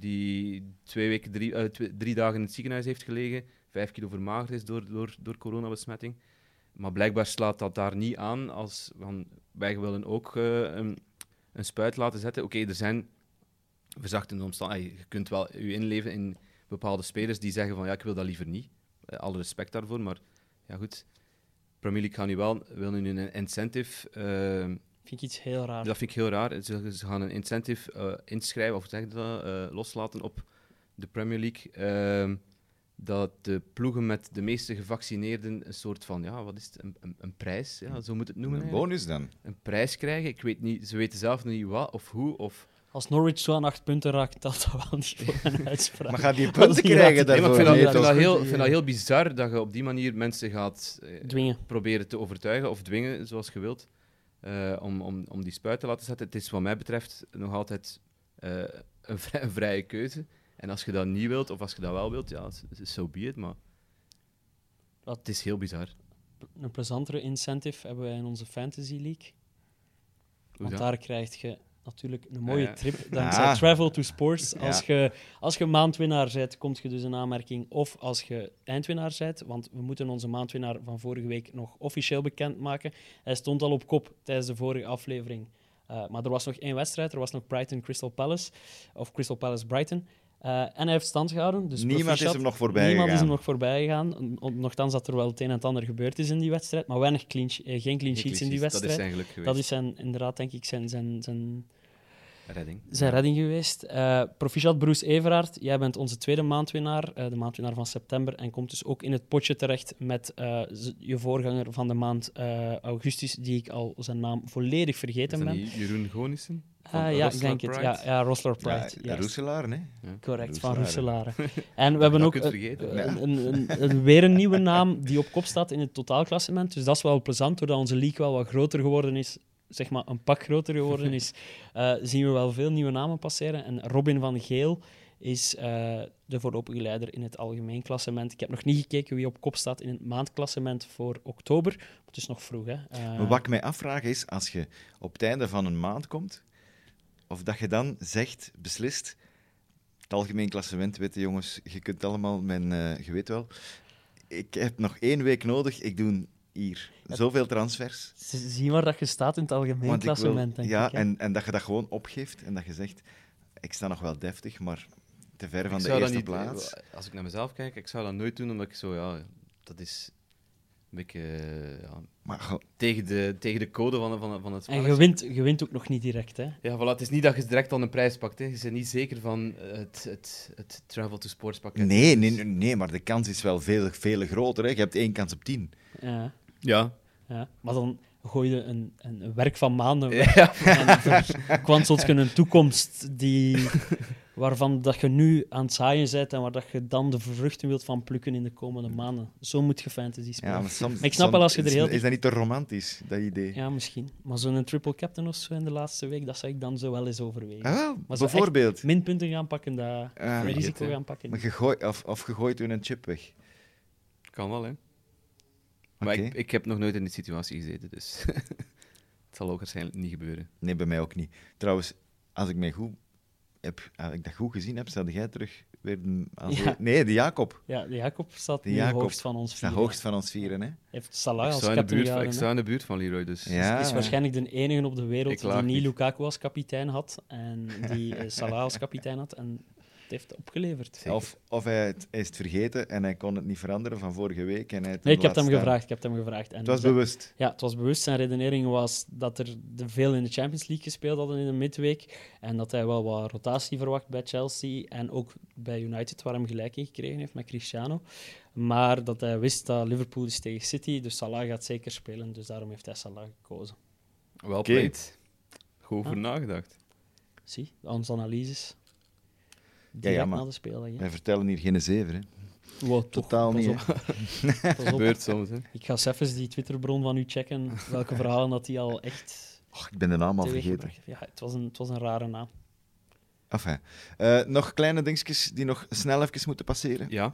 die twee weken, drie, uh, twee, drie dagen in het ziekenhuis heeft gelegen, vijf kilo vermagerd is door, door, door coronabesmetting. Maar blijkbaar slaat dat daar niet aan. Als, van, wij willen ook uh, een, een spuit laten zetten. Oké, okay, er zijn verzachtende omstandigheden. Je kunt wel je inleven in bepaalde spelers die zeggen van ja, ik wil dat liever niet. Uh, alle respect daarvoor, maar ja goed. Premier League gaan nu wel, wil nu een incentive... Uh, vind ik iets heel raar. Dat vind ik heel raar. Ze, ze gaan een incentive uh, inschrijven, of zeg je dat, uh, loslaten op de Premier League. Uh, dat de ploegen met de meeste gevaccineerden een soort van, ja, wat is het, een, een, een prijs, ja, zo moet het noemen. Een eigenlijk. bonus dan? Een prijs krijgen. Ik weet niet, ze weten zelf nog niet wat of hoe. Of... Als Norwich zo aan acht punten raakt, dat dat wel niet voor een uitspraak. Maar gaat die punten krijgen nee, daarvoor? ik vind dat, Nee, ik vind dat toch? heel, vind dat heel bizar dat je op die manier mensen gaat eh, dwingen. proberen te overtuigen of dwingen, zoals je wilt, uh, om, om, om die spuit te laten zetten. Het is wat mij betreft nog altijd uh, een, vrij, een vrije keuze. En als je dat niet wilt, of als je dat wel wilt, ja, so, so be it, maar dat het is heel bizar. Een plezantere incentive hebben wij in onze Fantasy League. Hoe Want dat? daar krijg je natuurlijk een mooie Ja, ja. trip dankzij Ah. Travel to Sports. Ja. Als je, als je maandwinnaar bent, komt je dus een aanmerking. Of als je eindwinnaar bent, want we moeten onze maandwinnaar van vorige week nog officieel bekendmaken. Hij stond al op kop tijdens de vorige aflevering. Uh, maar er was nog één wedstrijd. Er was nog Brighton Crystal Palace. Of Crystal Palace Brighton. Uh, en hij heeft stand gehouden. Dus Niemand proficiat. is hem nog voorbij Niemand gegaan. is hem nog voorbij gegaan. Nochtans dat er wel het een en het ander gebeurd is in die wedstrijd. Maar weinig clean, eh, geen clean sheets in die Dat wedstrijd. is zijn geluk geweest. Dat is zijn, inderdaad, denk ik, zijn, zijn, zijn, redding. zijn redding geweest. Uh, Proficiat Bruce Everaert, jij bent onze tweede maandwinnaar, uh, de maandwinnaar van september, en komt dus ook in het potje terecht met uh, z- je voorganger van de maand uh, augustus, die ik al zijn naam volledig vergeten Is dat ben. niet Jeroen Gonissen? Van Uh, ja, ik Roslar denk het. Pride? Ja, ja Roslar Pride. Ja, juist. Roeselaar, hè? Correct, van Roeselare. Roeselare. En we hebben Dat ook kun je uh, vergeten. Ja. een, een, een, een, weer een nieuwe naam die op kop staat in het totaalklassement. Dus dat is wel plezant, doordat onze league wel wat groter geworden is, zeg maar een pak groter geworden is, uh, zien we wel veel nieuwe namen passeren. En Robin van Geel is uh, de voorlopige leider in het algemeen klassement. Ik heb nog niet gekeken wie op kop staat in het maandklassement voor oktober. Het is nog vroeg, hè. Uh, Maar wat ik mij afvraag is, als je op het einde van een maand komt, of dat je dan zegt, beslist, het algemeen klassement, weten jongens, je kunt allemaal, mijn, uh, je weet wel, ik heb nog één week nodig, ik doe hier. Zoveel transfers. Zie waar dat je staat in het algemeen Want ik wil- klassement, denk ja, ik. hè. en, en dat je dat gewoon opgeeft en dat je zegt, ik sta nog wel deftig, maar te ver van Ik de zou dat eerste niet- plaats. Als ik naar mezelf kijk, ik zou dat nooit doen, omdat ik zo, ja, dat is een beetje eh, ja, Maar go- tegen, de, tegen de code van, van, van het spel. En je wint, je wint ook nog niet direct, hè. Ja, voilà, het is niet dat je direct al een prijs pakt. Hè. Je bent niet zeker van eh, het, het, het travel to sports pakket. nee, Dus- nee, nee, nee, maar de kans is wel veel, veel groter. Hè. Je hebt één kans op tien. Ja, Ja. ja. Maar dan gooi je een, een werk van maanden weg. Ja. En verkwanselt je een toekomst die, waarvan dat je nu aan het zaaien bent en waar dat je dan de vruchten wilt van plukken in de komende maanden. Zo moet je fantasy spelen. Ja, Ja, maar soms, Maar ik snap soms- wel als je er is- heel Is dicht- dat niet te romantisch, dat idee? misschien. Maar zo'n triple captain of zo in de laatste week, dat zou ik dan zo wel eens overwegen. Ah, wel, Maar zo echt bijvoorbeeld. Minpunten gaan pakken, dat Ah, risico hè. gaan pakken. Maar je gooit, of, of je gooit hun een chip weg. Kan wel, hè. Maar Oké. ik, ik heb nog nooit in die situatie gezeten, dus het zal ook waarschijnlijk niet gebeuren. Nee, bij mij ook niet. Trouwens, als ik mij goed heb, als ik dat goed gezien heb, staat jij terug weer een- als Ja. Nee, de Jacob. Ja, de Jacob staat De nu Jacob hoogst van ons Staat vier. hoogst van ons vieren, hè? Heeft Salah Ik als sta, in de captain buurt, van- ik gehouden. sta hè. in de buurt van Leroy, dus... Ja. Is waarschijnlijk de enige op de Ik wereld laag die niet niet. Lukaku als kapitein had en die eh, Salah als kapitein had. En het heeft opgeleverd. Zeker. Of, of hij, het, hij is het vergeten en hij kon het niet veranderen van vorige week. En hij het Nee, ik heb laat hem staan. gevraagd. Ik heb hem gevraagd. En Het was zijn- bewust. Ja, het was bewust. Zijn redenering was dat er de veel in de Champions League gespeeld hadden in de midweek. En dat hij wel wat rotatie verwacht bij Chelsea. En ook bij United, waar hij hem gelijk in gekregen heeft met Cristiano. Maar dat hij wist dat Liverpool is tegen City. Dus Salah gaat zeker spelen. Dus daarom heeft hij Salah gekozen. Wel Oké. played. Goed over Ah. nagedacht. Zie, onze analyses. Ja, Direct ja, maar na de speeldag. hè. wij vertellen hier geen zeven, hè? Wow, toch, Totaal pas niet, op. Pas op. Gebeurt soms, hè. Ik ga even die Twitterbron van u checken. Welke verhalen dat hij al echt Och, ik ben de naam al teweeggebracht vergeten. heeft. Ja, het was, een, het was een rare naam. Enfin, eh, nog kleine dingetjes die nog snel even moeten passeren. Ja.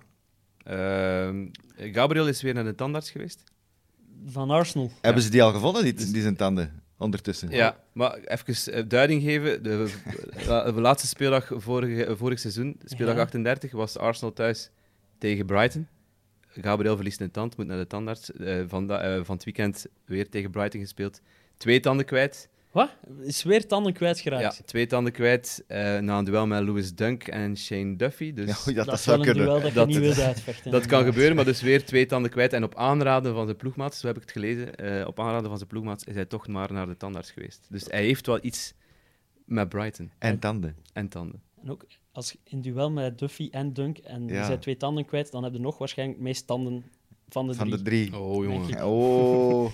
Ehm, Gabriel is weer naar de tandarts geweest. Van Arsenal. Hebben ze die al gevonden, die, die zijn tanden, ondertussen? Ja, maar even eh, duiding geven. De, la- de laatste speeldag vorige, vorig seizoen, speeldag Ja. achtendertig, was Arsenal thuis tegen Brighton. Gabriel verliest een tand, moet naar de tandarts. Eh, van, da- eh, van het weekend weer tegen Brighton gespeeld. Twee tanden kwijt. Wat? Is weer tanden kwijtgeraakt. Ja, twee tanden kwijt eh, na een duel met Lewis Dunk en Shane Duffy. Dus Ja, oei, dat, dat, dat is wel zou een kunnen. duel dat je Dat- niet wilt uitvechten. dat kan inderdaad. gebeuren, maar dus weer twee tanden kwijt. En op aanraden van zijn ploegmaats, zo heb ik het gelezen, eh, op aanraden van zijn ploegmaats is hij toch maar naar de tandarts geweest. Dus hij heeft wel iets met Brighton En tanden. en tanden. En ook als je in duel met Duffy en Dunk en Ja. je zijn twee tanden kwijt, dan heb je nog waarschijnlijk het meest tanden van de Van drie. de drie. Oh, jongen. Denk ik. Oh.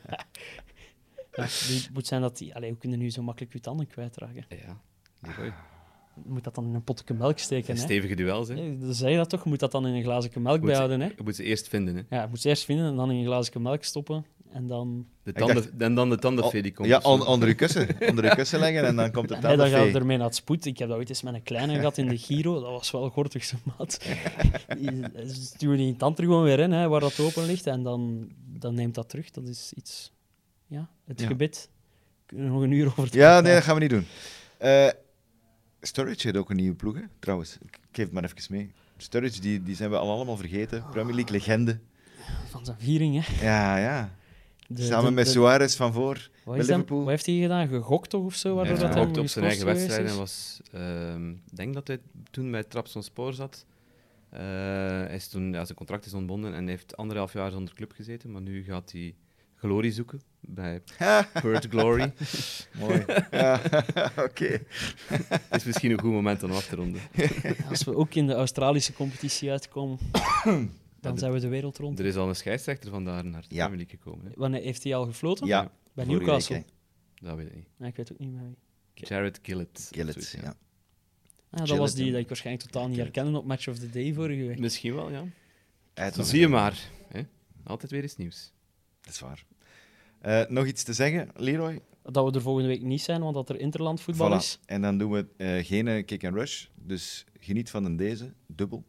Ja, die moet zijn dat die... Allee, hoe kunnen nu zo makkelijk je tanden kwijtraken? Ja, Leroy. Je moet dat dan in een potje melk steken, hè? Stevige duels, hè. Ja, dan zei je dat toch? Je moet dat dan in een glazen melk Moet- bijhouden, hè? Je moet ze eerst vinden, hè. Ja, je moet ze eerst vinden en dan in een glazen melk stoppen. En dan... De Ik tanden, dacht- en dan de tandenvee die komt. Ja, of zo. on- onder je kussen. Onder je kussen leggen en dan komt het Nee, dan gaat tandenvee. het ermee naar het spoed. Ik heb dat ooit eens met een kleine gehad in de Giro. Dat was wel gortig, zo maat. Die- Ze stuwen die tand er gewoon weer in, hè, waar dat open ligt. En dan, dan neemt dat terug. Dat is iets... Ja, het Ja. gebit. Kunnen we nog een uur over het Ja, nee, dat gaan we niet doen. Eh, Sturridge heeft ook een nieuwe ploeg, hè, trouwens. Ik geef het maar even mee. Sturridge, die, die zijn we al allemaal vergeten. Premier League legende. Van zijn viering, hè. Ja, ja. De- Samen de- met de- Suarez van voor. Wat, bij is hem- Liverpool. wat heeft hij gedaan? Gegokt toch of zo? Waardoor Hij dat heeft hij gegokt op zijn eigen geschorst wedstrijden. Hij geweest was, ehm, ik denk dat hij toen bij Trabzonspor zat. Eh, hij is toen, ja, zijn contract is ontbonden en hij heeft anderhalf jaar zonder club gezeten. Maar nu gaat hij glorie zoeken bij Perth Glory. Mooi. Ja, oké. Het is misschien een goed moment om af te ronden. is. Als we ook in de Australische competitie uitkomen, dan zijn we de wereld rond. Er is al een scheidsrechter vandaar naar de Ja. Premier League gekomen. Hè? Wanneer heeft hij al gefloten? Ja, Bij vorige Newcastle. week, Dat weet ik niet. Nee, ik weet ook niet bij wie. Jared Gillett. hè. Gillett, Zoiets, ja. Ah, dat Gillett, was die ja. dat ik waarschijnlijk totaal niet Gillett. herkende op Match of the Day vorige week. Misschien wel, ja. Hij Zo was- zie je maar. Hè? Altijd weer iets nieuws. Dat is waar. Eh, nog iets te zeggen, Leroy? Dat we er volgende week niet zijn, want dat er interland voetbal Voilà. is. En dan doen we eh, geen eh, kick and rush. Dus geniet van een deze, dubbel.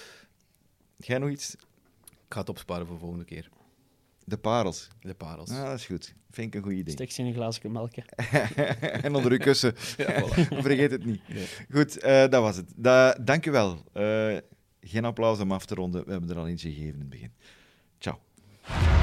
Jij nog iets? Ik ga het opsparen voor volgende keer. De parels. De parels. Ah, dat is goed. Vind ik een goed idee. Stek ze in een glaasje melk. hè. En onder uw kussen. Ja, voilà. Vergeet het niet. Nee. Goed, eh, dat was het. Da dank u wel. Eh, geen applaus om af te ronden. We hebben er al eentje gegeven in het begin. Ciao.